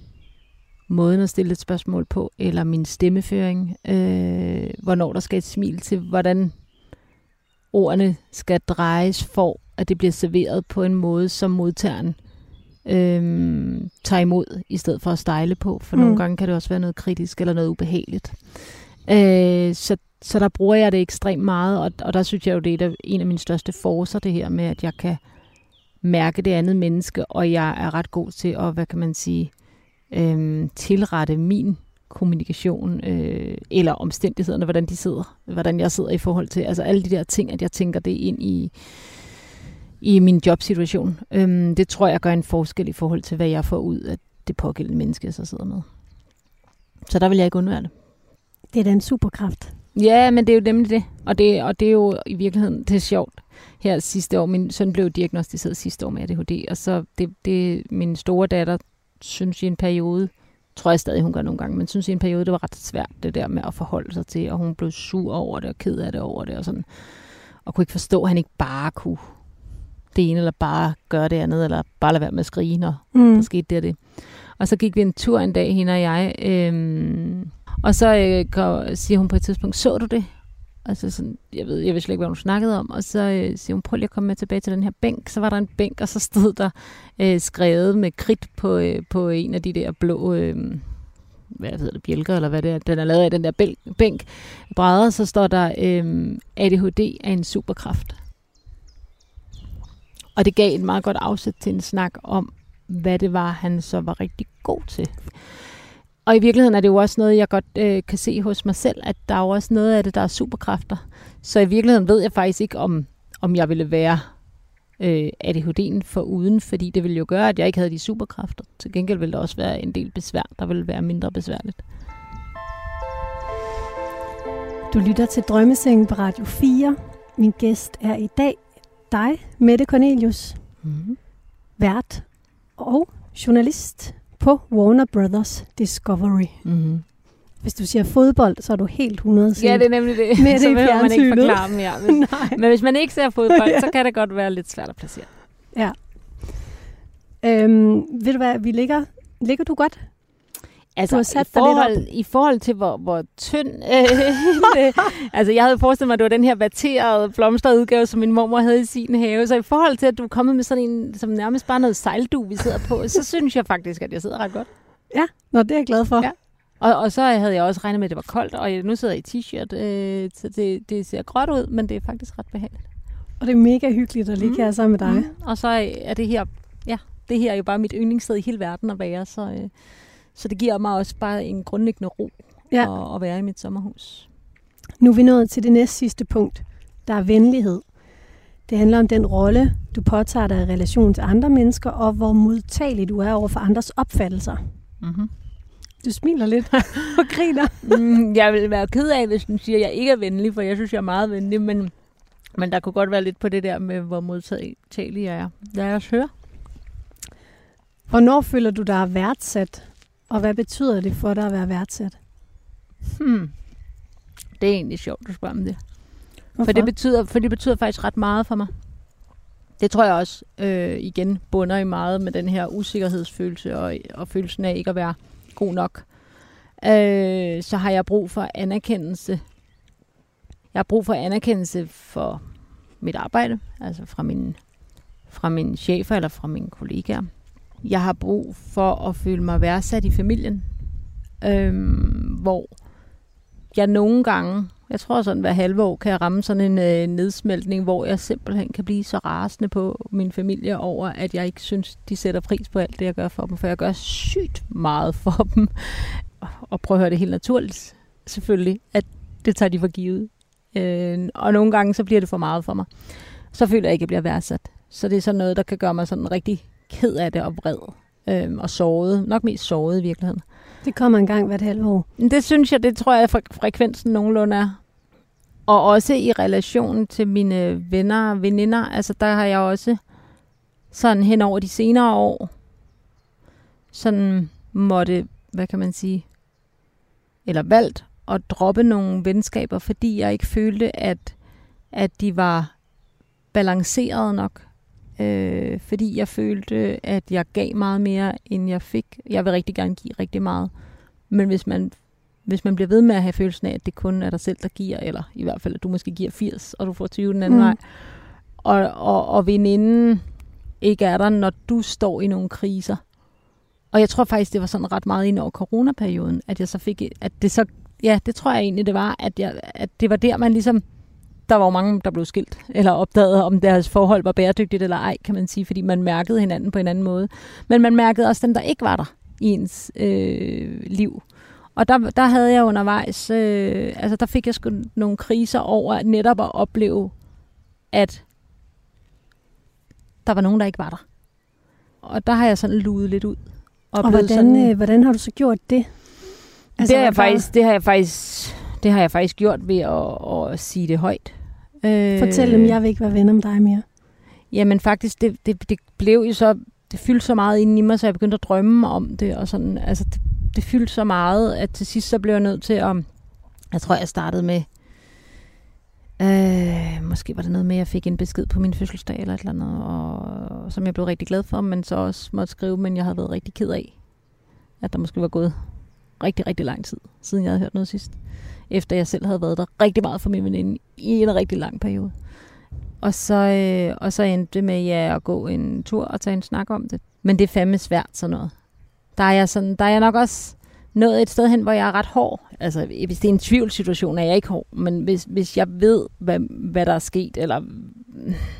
måden at stille et spørgsmål på, eller min stemmeføring, øh, hvornår der skal et smil til, hvordan ordene skal drejes for, at det bliver serveret på en måde, som modtageren øh, tager imod, i stedet for at stejle på, for mm. nogle gange kan det også være noget kritisk eller noget ubehageligt. Øh, så, så der bruger jeg det ekstremt meget, og, og der synes jeg jo, det er en af mine største forcer, det her med, at jeg kan mærke det andet menneske, og jeg er ret god til at, hvad kan man sige, øh, tilrette min kommunikation, øh, eller omstændighederne, hvordan de sidder, hvordan jeg sidder i forhold til, altså alle de der ting, at jeg tænker det ind i i min jobsituation. Øhm, det tror jeg gør en forskel i forhold til, hvad jeg får ud af det pågældende menneske, jeg så sidder med. Så der vil jeg ikke undvære det. Det er da en superkraft. Ja, men det er jo nemlig det. Og det, og det er jo i virkeligheden, det er sjovt. Her sidste år, min søn blev diagnosticeret sidste år med A D H D, og så det, det min store datter synes i en periode, tror jeg stadig, hun gør nogle gange, men synes i en periode, det var ret svært, det der med at forholde sig til, og hun blev sur over det, og ked af det over det, og sådan. Og kunne ikke forstå, at han ikke bare kunne det ene, eller bare gøre det andet, eller bare lade være med at skrige, når mm. der skete det og det. Og så gik vi en tur en dag, hende og jeg, øhm, og så øh, går, siger hun på et tidspunkt, så du det? Altså sådan, jeg ved, jeg ved slet ikke, hvad hun snakkede om, og så øh, siger hun, prøv lige at komme med tilbage til den her bænk. Så var der en bænk, og så stod der øh, skrevet med kridt på, øh, på en af de der blå, øh, hvad hedder det, bjælker, eller hvad det er, den er lavet af, den der bænk, bænk brædder, så står der, øh, A D H D er en superkraft. Og det gav et meget godt afsæt til en snak om, hvad det var, han så var rigtig god til. Og i virkeligheden er det jo også noget, jeg godt øh, kan se hos mig selv, at der er jo også noget af det, der er superkræfter. Så i virkeligheden ved jeg faktisk ikke, om, om jeg ville være øh, A D H D'en foruden, fordi det ville jo gøre, at jeg ikke havde de superkræfter. Til gengæld ville der også være en del besvær, der ville være mindre besværligt. Du lytter til Drømmesengen på Radio fire. Min gæst er i dag dig, Mette Cornelius, mm-hmm. vært og journalist på Warner Brothers Discovery. Mm-hmm. Hvis du siger fodbold, så er du helt hundrede procent. Ja, det er nemlig det. Med så det behøver man ikke forklare mere. Men, men hvis man ikke ser fodbold, ja. så kan det godt være lidt svært at placere. Ja. Øhm, ved du hvad, vi ligger, ligger du godt? Altså, i forhold, i forhold til, hvor, hvor tynd... Øh, altså, jeg havde forestillet mig, at det var den her vatterede blomsterudgave, som min mormor havde i sin have. Så i forhold til, at du er kommet med sådan en, som nærmest bare noget sejldu, vi sidder på, så synes jeg faktisk, at jeg sidder ret godt. Ja, nå, det er jeg glad for. Ja. Og, og så havde jeg også regnet med, at det var koldt, og nu sidder jeg i t-shirt, øh, så det, det ser gråt ud, men det er faktisk ret behageligt. Og det er mega hyggeligt at ligge mm. her sammen med dig. Mm. Og så er det her, ja, det her er jo bare mit yndlingssted i hele verden at være, så... Øh, Så det giver mig også bare en grundlæggende ro ja. at, at være i mit sommerhus. Nu er vi nået til det næste sidste punkt. Der er venlighed. Det handler om den rolle, du påtager dig i relation til andre mennesker, og hvor modtagelig du er over for andres opfattelser. Mm-hmm. Du smiler lidt og griner. mm, jeg vil være ked af, hvis du siger, at jeg ikke er venlig, for jeg synes, jeg er meget venlig. Men, men der kunne godt være lidt på det der med, hvor modtagelig jeg er. Lad os høre. Hvornår føler du dig værdsat? Og hvad betyder det for dig at være værdsat? Hmm. Det er egentlig sjovt, du spørger om det. For det, betyder, for det betyder faktisk ret meget for mig. Det tror jeg også øh, igen bunder i meget med den her usikkerhedsfølelse og, og følelsen af ikke at være god nok. Øh, så har jeg brug for anerkendelse. Jeg har brug for anerkendelse for mit arbejde, altså fra min, fra mine chefer eller fra mine kollegaer. Jeg har brug for at føle mig værdsat i familien, øhm, hvor jeg nogle gange, jeg tror sådan hver halve år, kan jeg ramme sådan en øh, nedsmeltning, hvor jeg simpelthen kan blive så rasende på min familie over, at jeg ikke synes, de sætter pris på alt det, jeg gør for dem, for jeg gør sygt meget for dem. Og prøv at høre det helt naturligt, selvfølgelig, at det tager de for givet. Øh, og nogle gange, så bliver det for meget for mig. Så føler jeg ikke, at jeg bliver værdsat. Så det er sådan noget, der kan gøre mig sådan rigtig ked af det og vred øhm, og såret. Nok mest såret i virkeligheden. Det kommer en gang hvert halve år. Det synes jeg, det tror jeg, fre- frekvensen nogenlunde er. Og også i relation til mine venner og veninder. Altså der har jeg også sådan hen over de senere år sådan måtte, hvad kan man sige, eller valgt at droppe nogle venskaber, fordi jeg ikke følte, at, at de var balancerede nok. Øh, fordi jeg følte, at jeg gav meget mere, end jeg fik. Jeg vil rigtig gerne give rigtig meget. Men hvis man, hvis man bliver ved med at have følelsen af, at det kun er dig selv, der giver, eller i hvert fald, at du måske giver firs, og du får tyve den anden mm. vej, og, og, og veninden ikke er der, når du står i nogle kriser. Og jeg tror faktisk, det var sådan ret meget ind over coronaperioden, at jeg så fik, at det så, ja, det tror jeg egentlig, det var, at, jeg, at det var der, man ligesom, der var jo mange, der blev skilt, eller opdagede, om deres forhold var bæredygtigt eller ej, kan man sige, fordi man mærkede hinanden på en anden måde. Men man mærkede også dem, der ikke var der i ens øh, liv. Og der, der havde jeg undervejs, øh, altså der fik jeg sgu nogle kriser over netop at opleve, at der var nogen, der ikke var der. Og der har jeg sådan luet lidt ud. Og, og hvordan, sådan, øh, hvordan har du så gjort det? Altså, det, har jeg faktisk, det har jeg faktisk, det har jeg faktisk gjort ved at, at sige det højt. Fortæl dem, jeg vil ikke være venner med dig mere. Jamen faktisk, det, det, det blev jo så, det fyldte så meget inde i mig, så jeg begyndte at drømme om det, og sådan, altså det, det fyldte så meget, at til sidst så blev jeg nødt til at, jeg tror jeg startede med, øh, måske var det noget med, at jeg fik en besked på min fødselsdag eller et eller andet, og, som jeg blev rigtig glad for, men så også måtte skrive, men jeg havde været rigtig ked af, at der måske var gået rigtig, rigtig lang tid, siden jeg havde hørt noget sidst. Efter jeg selv havde været der rigtig meget for min veninde i en rigtig lang periode. Og så, øh, og så endte det med ja, at gå en tur og tage en snak om det. Men det er fandme svært sådan noget. Der er jeg, sådan, der er jeg nok også nået et sted hen, hvor jeg er ret hård. Altså, hvis det er en tvivlssituation, er jeg ikke hård. Men hvis, hvis jeg ved, hvad, hvad der er sket, eller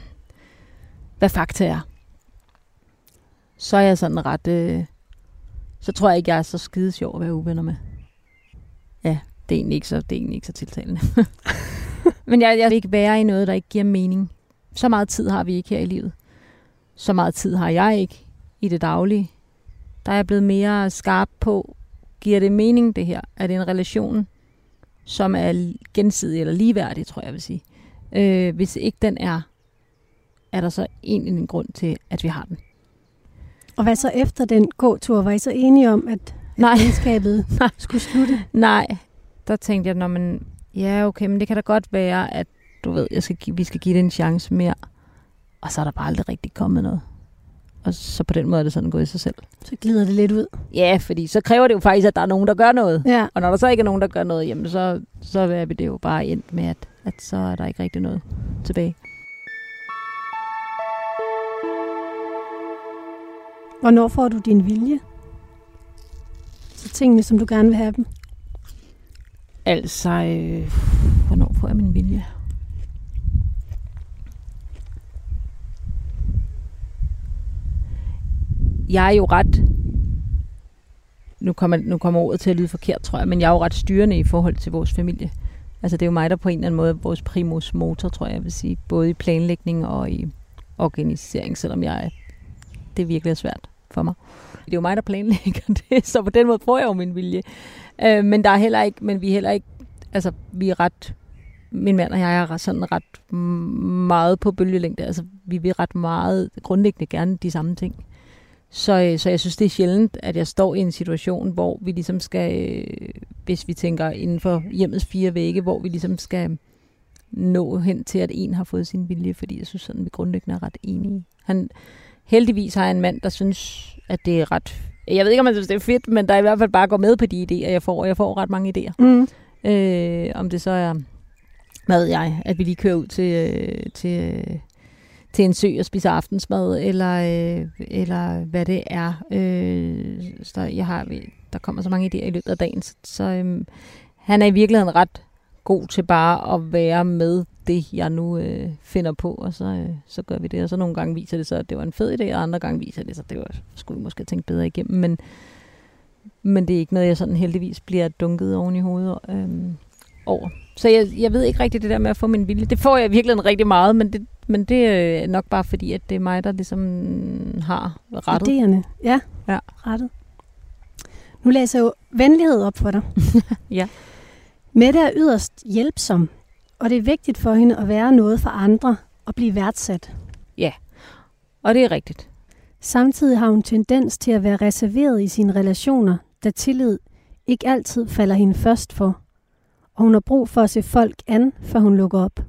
hvad fakta er, så er jeg sådan ret... Øh, så tror jeg ikke, jeg er så skide sjov at være uvenner med. Ja, det er egentlig ikke så, det er egentlig ikke så tiltalende. Men jeg, jeg vil ikke være i noget, der ikke giver mening. Så meget tid har vi ikke her i livet. Så meget tid har jeg ikke i det daglige. Der er jeg blevet mere skarp på, giver det mening det her? Er det en relation, som er gensidig eller ligeværdig, tror jeg vil sige. Øh, hvis ikke den er, er der så egentlig en grund til, at vi har den. Og hvad så efter den gåtur? Var I så enige om, at, at venskabet skulle slutte? Nej, der tænkte jeg, når man, ja okay, men det kan da godt være, at du ved, jeg skal, vi skal give det en chance mere. Og så er der bare aldrig rigtig kommet noget. Og så på den måde er det sådan gået i sig selv. Så glider det lidt ud. Ja, fordi så kræver det jo faktisk, at der er nogen, der gør noget. Ja. Og når der så ikke er nogen, der gør noget, jamen så, så er det jo bare endt med, at, at så er der ikke rigtig noget tilbage. Hvornår får du din vilje? Så tingene, som du gerne vil have dem. Altså, øh, hvornår får jeg min vilje? Jeg er jo ret, nu kommer, nu kommer ordet til at lyde forkert, tror jeg, men jeg er jo ret styrende i forhold til vores familie. Altså det er jo mig, der på en eller anden måde er vores primus motor, tror jeg, jeg vil sige. Både i planlægning og i organisering, selvom jeg er, det virkelig er svært for mig. Det er jo mig, der planlægger det, så på den måde får jeg jo min vilje. Øh, men der er heller ikke, men vi er heller ikke, altså vi er ret, min mand og jeg er sådan ret meget på bølgelængde. Altså vi vil ret meget grundlæggende gerne de samme ting. Så, så jeg synes, det er sjældent, at jeg står i en situation, hvor vi ligesom skal, hvis vi tænker inden for hjemmets fire vægge, hvor vi ligesom skal nå hen til, at en har fået sin vilje, fordi jeg synes sådan, vi grundlæggende er ret enige. Han, heldigvis har jeg en mand, der synes, at det er ret, jeg ved ikke, om man synes, det er fedt, men der i hvert fald bare går med på de idéer, jeg får, og jeg får ret mange idéer. Mm. Øh, om det så er, hvad ved jeg, at vi lige kører ud til, til til en sø og spiser aftensmad, eller, øh, eller hvad det er. Øh, så jeg har, der kommer så mange idéer i løbet af dagen, så, så øh, han er i virkeligheden ret god til bare at være med det, jeg nu øh, finder på, og så, øh, så gør vi det. Og så nogle gange viser det så, at det var en fed idé, og andre gange viser det så, at det var, skulle vi måske tænke bedre igennem, men, men det er ikke noget, jeg sådan heldigvis bliver dunket oven i hovedet øh, over. Så jeg, jeg ved ikke rigtig det der med at få min vilje. Det får jeg virkelig rigtig meget, men det, men det er nok bare fordi, at det er mig, der ligesom har rettet. Idéerne, ja, ja. rettet. Nu læser jeg jo venlighed op for dig. Ja. Mette er yderst hjælpsom, og det er vigtigt for hende at være noget for andre og blive værdsat. Ja, og det er rigtigt. Samtidig har hun tendens til at være reserveret i sine relationer, da tillid ikke altid falder hende først for. Og hun har brug for at se folk an, før hun lukker op.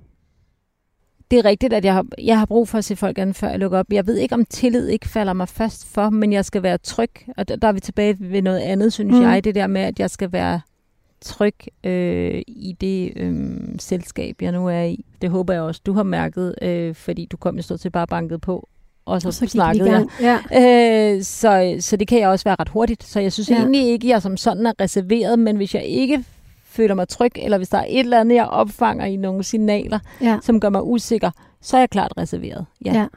Det er rigtigt, at jeg har, jeg har brug for at se folk an, før jeg lukker op. Jeg ved ikke, om tillid ikke falder mig først for, men jeg skal være tryg. Og der, der er vi tilbage ved noget andet, synes mm. jeg. Det der med, at jeg skal være tryg øh, i det øh, selskab, jeg nu er i. Det håber jeg også, du har mærket, øh, fordi du kom jo stort til bare banket på. Og så, og så snakkede jeg. Ja. Øh, så, så det kan jeg også være ret hurtigt. Så jeg synes ja. egentlig ikke, at jeg som sådan er reserveret, men hvis jeg ikke føler mig tryg, eller hvis der er et eller andet, jeg opfanger i nogle signaler, ja. som gør mig usikker, så er jeg klart reserveret. Ja. ja.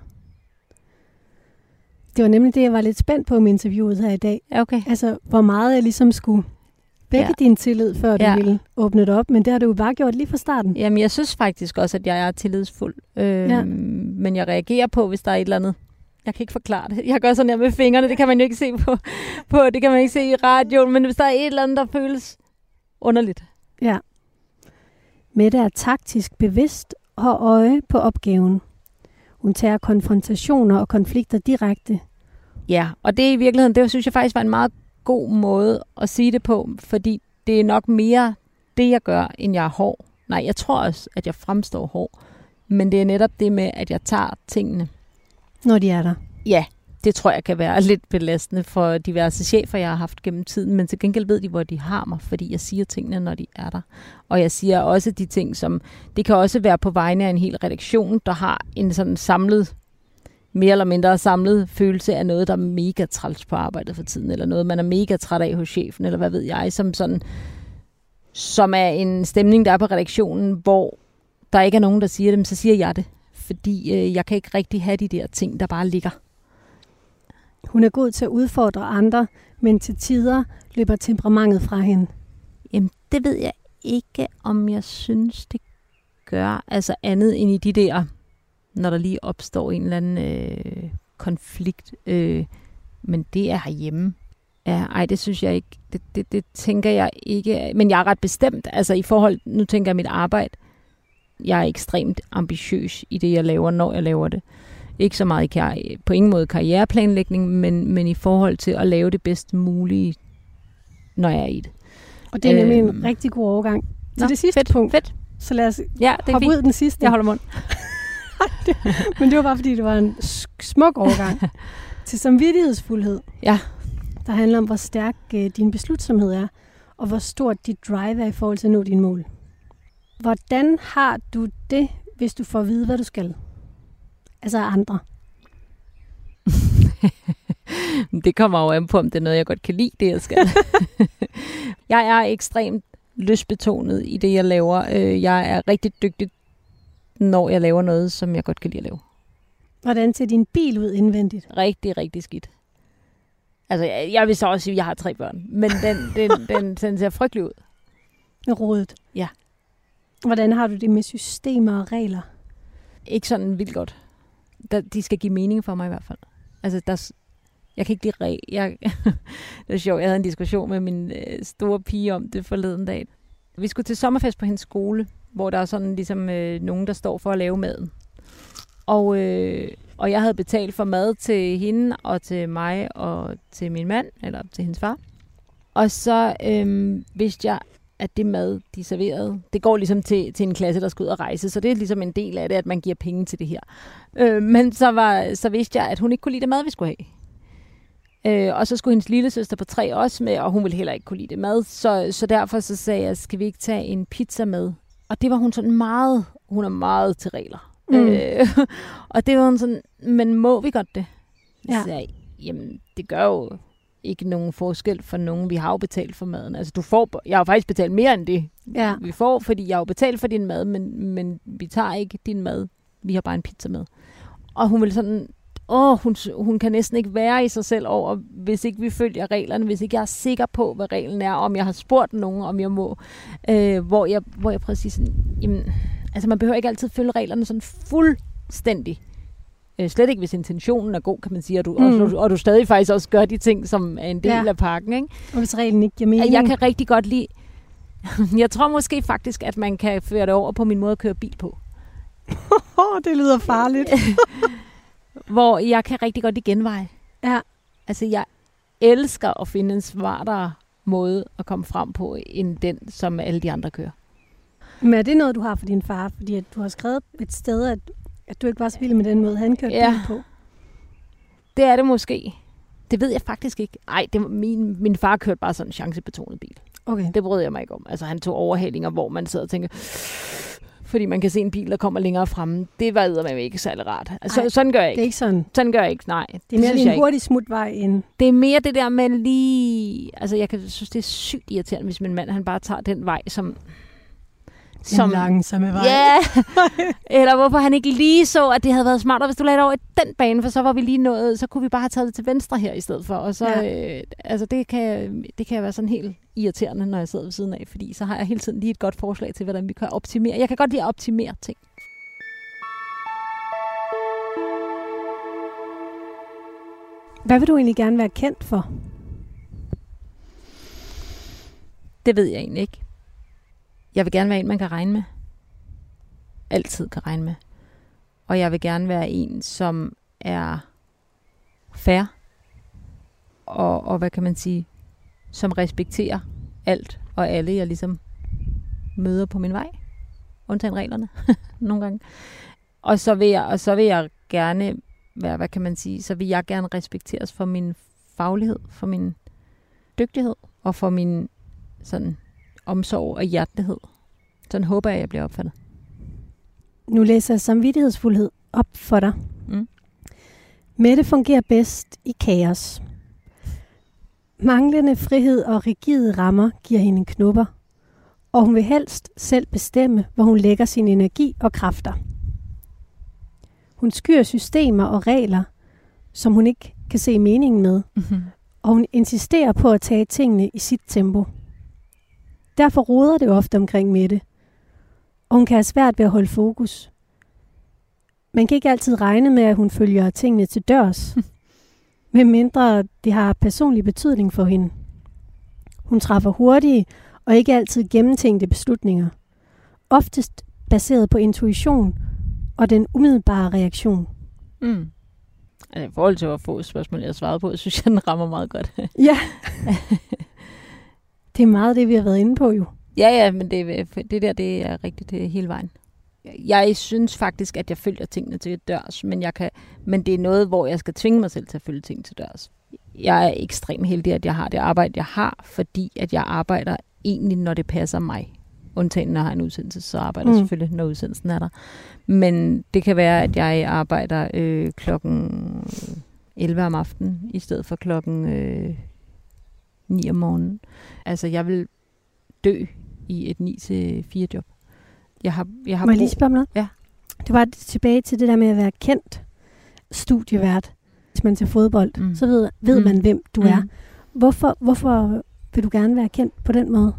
Det var nemlig det, jeg var lidt spændt på med interviewet her i dag. Okay. Altså, hvor meget jeg ligesom skulle vække ja. din tillid, før du ja. ville åbne det op, men det har du jo bare gjort lige fra starten. Jamen, jeg synes faktisk også, at jeg er tillidsfuld. Øhm, ja. Men jeg reagerer på, hvis der er et eller andet. Jeg kan ikke forklare det. Jeg gør sådan her med fingrene, det kan man jo ikke se på, på det kan man ikke se i radioen, men hvis der er et eller andet, der føles underligt. Ja. Mette er taktisk bevidst og har øje på opgaven. Hun tager konfrontationer og konflikter direkte. Ja, og det i virkeligheden, det synes jeg faktisk var en meget god måde at sige det på, fordi det er nok mere det, jeg gør, end jeg er hård. Nej, jeg tror også, at jeg fremstår hård, men det er netop det med, at jeg tager tingene. Når de er der. Ja, det tror jeg kan være lidt belastende for diverse chefer, jeg har haft gennem tiden, men til gengæld ved de, hvor de har mig, fordi jeg siger tingene, når de er der. Og jeg siger også de ting, som, det kan også være på vegne af en hel redaktion, der har en sådan samlet, mere eller mindre samlet følelse af noget, der er mega træls på arbejdet for tiden, eller noget, man er mega træt af hos chefen, eller hvad ved jeg, som sådan, som er en stemning, der er på redaktionen, hvor der ikke er nogen, der siger det, så siger jeg det. Fordi øh, jeg kan ikke rigtig have de der ting, der bare ligger. Hun er god til at udfordre andre, men til tider løber temperamentet fra hende. Jamen, det ved jeg ikke, om jeg synes, det gør. Altså andet end i de der, når der lige opstår en eller anden øh, konflikt. Øh, men det er herhjemme. Ja, ej, det synes jeg ikke. Det, det, det tænker jeg ikke. Men jeg er ret bestemt. Altså i forhold, nu tænker jeg mit arbejde. Jeg er ekstremt ambitiøs i det, jeg laver, når jeg laver det. Ikke så meget i karri- på ingen måde karriereplanlægning, men, men i forhold til at lave det bedst mulige, når jeg er i det. Og det er nemlig øhm. en rigtig god overgang til Nå, det sidste fedt, punkt. Fedt. Så lad os ja, det hoppe fint. ud den sidste. Jeg holder mund. det, men det var bare, fordi det var en smuk overgang til samvittighedsfuldhed. Ja. Der handler om, hvor stærk øh, din beslutsomhed er, og hvor stort dit drive er i forhold til at nå dine mål. Hvordan har du det, hvis du får at vide, hvad du skal? Altså af andre. Det kommer jo an på, om det er noget, jeg godt kan lide, det jeg skal. Jeg er ekstremt lystbetonet i det, jeg laver. Jeg er rigtig dygtig, når jeg laver noget, som jeg godt kan lide at lave. Hvordan ser din bil ud indvendigt? Rigtig, rigtig skidt. Altså, jeg, jeg vil så også sige, at jeg har tre børn, men den, den, den, den ser frygtelig ud. Med rodet? Ja. Hvordan har du det med systemer og regler? Ikke sådan vildt godt. Der, de skal give mening for mig i hvert fald. Altså, der, jeg kan ikke lide regler. Jeg, det er sjovt, jeg havde en diskussion med min øh, store pige om det forleden dag. Vi skulle til sommerfest på hendes skole, hvor der er sådan ligesom øh, nogen, der står for at lave maden. Og, øh, og jeg havde betalt for mad til hende og til mig og til min mand, eller til hendes far. Og så øh, vidste jeg, at det mad, de serverede, det går ligesom til, til en klasse, der skal ud og rejse. Så det er ligesom en del af det, at man giver penge til det her. Øh, men så, var, så vidste jeg, at hun ikke kunne lide det mad, vi skulle have. Øh, og så skulle hendes lille søster på tre også med, og hun ville heller ikke kunne lide det mad. Så, så derfor så sagde jeg, skal vi ikke tage en pizza med? Og det var hun sådan meget, hun er meget til regler. Mm. Øh, og det var hun sådan, men må vi godt det? Ja. Så jeg, jamen, det gør jo ikke nogen forskel for nogen. Vi har jo betalt for maden. Altså, du får, jeg har faktisk betalt mere end det, ja. vi får, fordi jeg har jo betalt for din mad, men, men vi tager ikke din mad. Vi har bare en pizza med. Og hun ville sådan, åh, hun, hun kan næsten ikke være i sig selv over, hvis ikke vi følger reglerne, hvis ikke jeg er sikker på, hvad reglen er, om jeg har spurgt nogen, om jeg må, øh, hvor jeg, hvor jeg præcis sådan, jamen, altså man behøver ikke altid følge reglerne sådan fuldstændig. Øh, slet ikke, hvis intentionen er god, kan man sige, og du, mm. og, og du stadig faktisk også gør de ting, som er en del ja. af pakken, ikke? Og hvis reglen ikke giver mening. Jeg kan rigtig godt lide, jeg tror måske faktisk, at man kan føre det over på min måde at køre bil på. Det lyder farligt. Hvor jeg kan rigtig godt lide genveje. Ja. Altså, jeg elsker at finde en smartere måde at komme frem på, end den, som alle de andre kører. Men er det noget, du har for din far? Fordi at du har skrevet et sted, at, at du ikke var så vild med den måde, han kørte ja. bil på. Det er det måske. Det ved jeg faktisk ikke. Ej, det var min, min far kørte bare sådan en chancebetonet bil. Okay. Det brød jeg mig ikke om. Altså, han tog overhalinger, hvor man sidder og tænker, fordi man kan se en bil, der kommer længere fremme. Det var eddermame ikke særlig rart. Altså, Ej, sådan gør jeg ikke. Det er ikke sådan. Sådan gør jeg ikke, nej. Det er mere det en hurtig smutvej end... Det er mere det der med lige... Altså, jeg kan synes, det er sygt irriterende, hvis min mand, han bare tager den vej, som... som langsomme vej. Ja, eller hvorfor han ikke lige så, at det havde været smartere, hvis du lagde det over i den bane, for så var vi lige nået, så kunne vi bare have taget det til venstre her i stedet for. Og så, ja. øh, altså det kan, det kan være sådan helt irriterende, når jeg sidder ved siden af, fordi så har jeg hele tiden lige et godt forslag til, hvordan vi kan optimere. Jeg kan godt lide at optimere ting. Hvad vil du egentlig gerne være kendt for? Det ved jeg egentlig ikke. Jeg vil gerne være en, man kan regne med. Altid kan regne med. Og jeg vil gerne være en, som er fair. Og, og hvad kan man sige? Som respekterer alt og alle, jeg ligesom møder på min vej. Undtagen reglerne. Nogle gange. Og så vil jeg, og så vil jeg gerne være, hvad kan man sige? Så vil jeg gerne respekteres for min faglighed, for min dygtighed og for min sådan omsorg og hjertelighed. Sådan håber jeg, at jeg bliver opfattet. Nu læser jeg samvittighedsfuldhed op for dig. Mm. Mette fungerer bedst i kaos. Manglende frihed og rigide rammer giver hende en knupper, og hun vil helst selv bestemme, hvor hun lægger sin energi og kræfter. Hun skyer systemer og regler, som hun ikke kan se meningen med. Mm-hmm. Og hun insisterer på at tage tingene i sit tempo. Derfor roder det ofte omkring Mette. Og hun kan have svært ved at holde fokus. Man kan ikke altid regne med, at hun følger tingene til dørs, medmindre det har personlig betydning for hende. Hun træffer hurtige og ikke altid gennemtænkte beslutninger. Oftest baseret på intuition og den umiddelbare reaktion. Mm. Altså, i forhold til at få spørgsmål, jeg har svaret på, synes jeg, den rammer meget godt. Ja. Det er meget det, vi har været inde på jo. Ja, ja, men det, det der, det er rigtigt, det er hele vejen. Jeg synes faktisk, at jeg følger tingene til dørs, men, jeg kan, men det er noget, hvor jeg skal tvinge mig selv til at følge ting til dørs. Jeg er ekstremt heldig, at jeg har det arbejde, jeg har, fordi at jeg arbejder egentlig, når det passer mig. Undtagen, når jeg har en udsendelse, så arbejder jeg mm. selvfølgelig, når udsendelsen er der. Men det kan være, at jeg arbejder øh, klokken elleve om aftenen, i stedet for klokken øh, ni om morgenen. Altså, jeg vil dø i et ni til fire job. Jeg har, jeg har Må jeg brug... lige spørge noget? Ja. Det var tilbage til det der med at være kendt studievært. Hvis man til fodbold, mm. så ved, ved mm. man, hvem du mm. er. Hvorfor, hvorfor vil du gerne være kendt på den måde?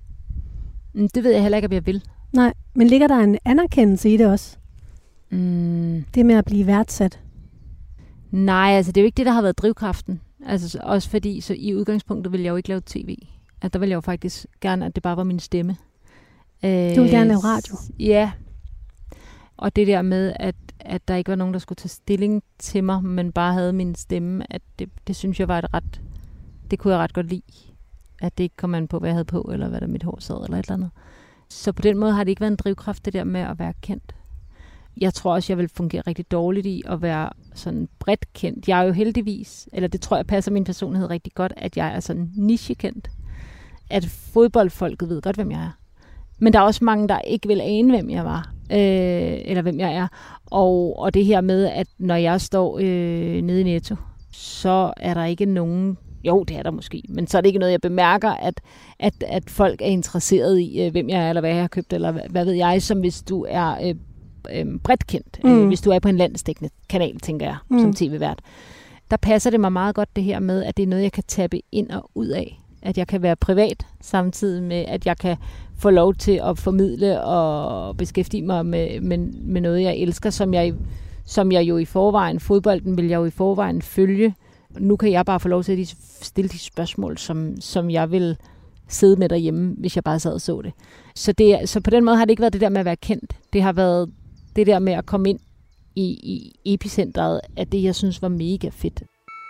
Mm, det ved jeg heller ikke, om jeg vil. Nej, men ligger der en anerkendelse i det også? Mm. Det med at blive værdsat? Nej, altså det er jo ikke det, der har været drivkraften. Altså også fordi, så i udgangspunktet ville jeg jo ikke lave tv. Altså, der ville jeg jo faktisk gerne, at det bare var min stemme. Du ville gerne lave radio? Ja. Og det der med, at, at der ikke var nogen, der skulle tage stilling til mig, men bare havde min stemme, at det, det synes jeg var et ret... Det kunne jeg ret godt lide. At det ikke kom an på, hvad jeg havde på, eller hvad der mit hår sad, eller et eller andet. Så på den måde har det ikke været en drivkraft, det der med at være kendt. Jeg tror også, jeg vil fungere rigtig dårligt i at være sådan bredt kendt. Jeg er jo heldigvis, eller det tror jeg passer min personlighed rigtig godt, at jeg er sådan nichekendt. At fodboldfolket ved godt, hvem jeg er. Men der er også mange, der ikke vil ane, hvem jeg var, øh, eller hvem jeg er. Og, og det her med, at når jeg står øh, nede i Netto, så er der ikke nogen... Jo, det er der måske, men så er det ikke noget, jeg bemærker, at, at, at folk er interesseret i, øh, hvem jeg er, eller hvad jeg har købt, eller hvad, hvad ved jeg, som hvis du er øh, øh, bredt kendt. Mm. Øh, hvis du er på en landsdækkende kanal, tænker jeg, mm. som tv-vært. Der passer det mig meget godt, det her med, at det er noget, jeg kan tappe ind og ud af. At jeg kan være privat, samtidig med, at jeg kan få lov til at formidle og beskæftige mig med, med, med noget, jeg elsker, som jeg, som jeg jo i forvejen, fodbolden vil jeg jo i forvejen følge. Nu kan jeg bare få lov til at stille de spørgsmål, som, som jeg vil sidde med derhjemme, hvis jeg bare sad og så det. Så, det. så på den måde har det ikke været det der med at være kendt. Det har været det der med at komme ind i, i epicentret af det, jeg synes var mega fedt.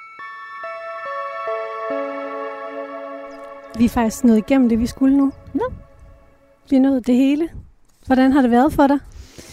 Vi er faktisk nået igennem det, vi skulle nu. Nå. Vi er nået det hele. Hvordan har det været for dig?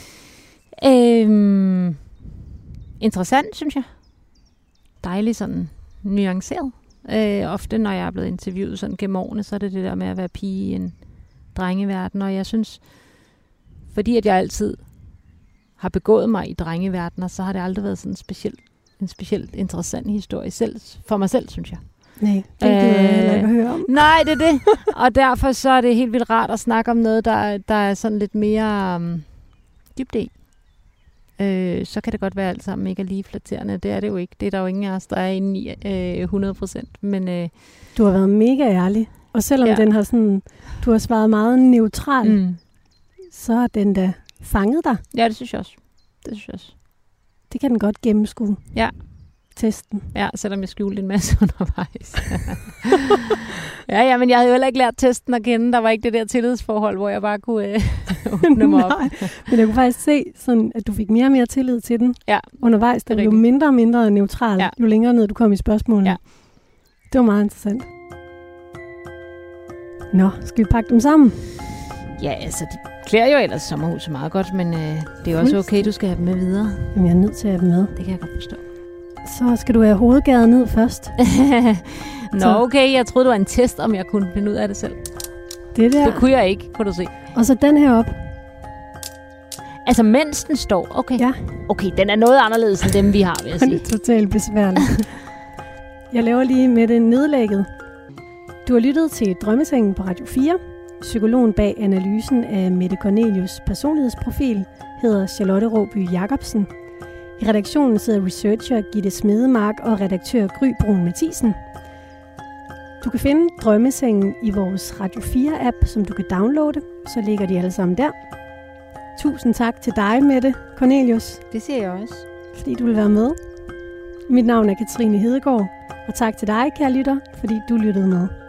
Øhm, interessant, synes jeg. Dejligt sådan nuanceret. Øh, ofte, når jeg er blevet interviewet sådan gennem årene, så er det det der med at være pige i en drengeverden. Og jeg synes, fordi at jeg altid har begået mig i drengeverdener, så har det aldrig været sådan en specielt, en specielt interessant historie selv, for mig selv, synes jeg. Nej, det gider jeg heller ikke at høre om. Nej, det er det. Og derfor så er det helt vildt rart at snakke om noget, der, der er sådan lidt mere um, dybt i. Øh, så kan det godt være alt sammen mega lige flatterende. Det er det jo ikke. Det er der jo ingen af os, der er inde i øh, hundrede procent. Men, øh, du har været mega ærlig. Og selvom ja. den har sådan, du har svaret meget neutralt, mm. så har den da fanget dig. Ja, det synes jeg også. Det synes jeg også. Det kan den godt gennemskue. Ja. Testen. Ja, selvom jeg skjulte en masse undervejs. ja, ja, men jeg havde jo heller ikke lært testen at kende. Der var ikke det der tillidsforhold, hvor jeg bare kunne øh, åbne mig op. Men jeg kunne faktisk se, sådan, at du fik mere og mere tillid til den ja, undervejs. Der blev mindre og mindre neutral, ja. jo længere ned du kom i spørgsmålene. Ja. Det var meget interessant. Nå, skal vi pakke dem sammen? Ja, altså, de klæder jo ellers sommerhuset meget godt, men øh, det er jo også okay, du skal have dem med videre. Jamen, jeg er nødt til at have dem med. Det kan jeg godt forstå. Så skal du have hovedgaden ned først. Nå, okay. Jeg troede, det var en test, om jeg kunne finde ud af det selv. Det der. Det kunne jeg ikke, kunne du se. Og så den her op. Altså, mens den står. Okay. Ja. Okay, den er noget anderledes end dem, vi har, vil jeg sige. Det er totalt besværligt. Jeg laver lige med det nedlægget. Du har lyttet til Drømmesengen på Radio fire. Psykologen bag analysen af Mette Cornelius' personlighedsprofil hedder Charlotte Råby Jacobsen. I redaktionen sidder researcher Gitte Smedemark og redaktør Gry Brun Mathisen. Du kan finde Drømmesengen i vores Radio fire-app, som du kan downloade. Så ligger de alle sammen der. Tusind tak til dig, Mette Cornelius. Det siger jeg også. Fordi du vil være med. Mit navn er Katrine Hedegaard. Og tak til dig, kære lytter, fordi du lyttede med.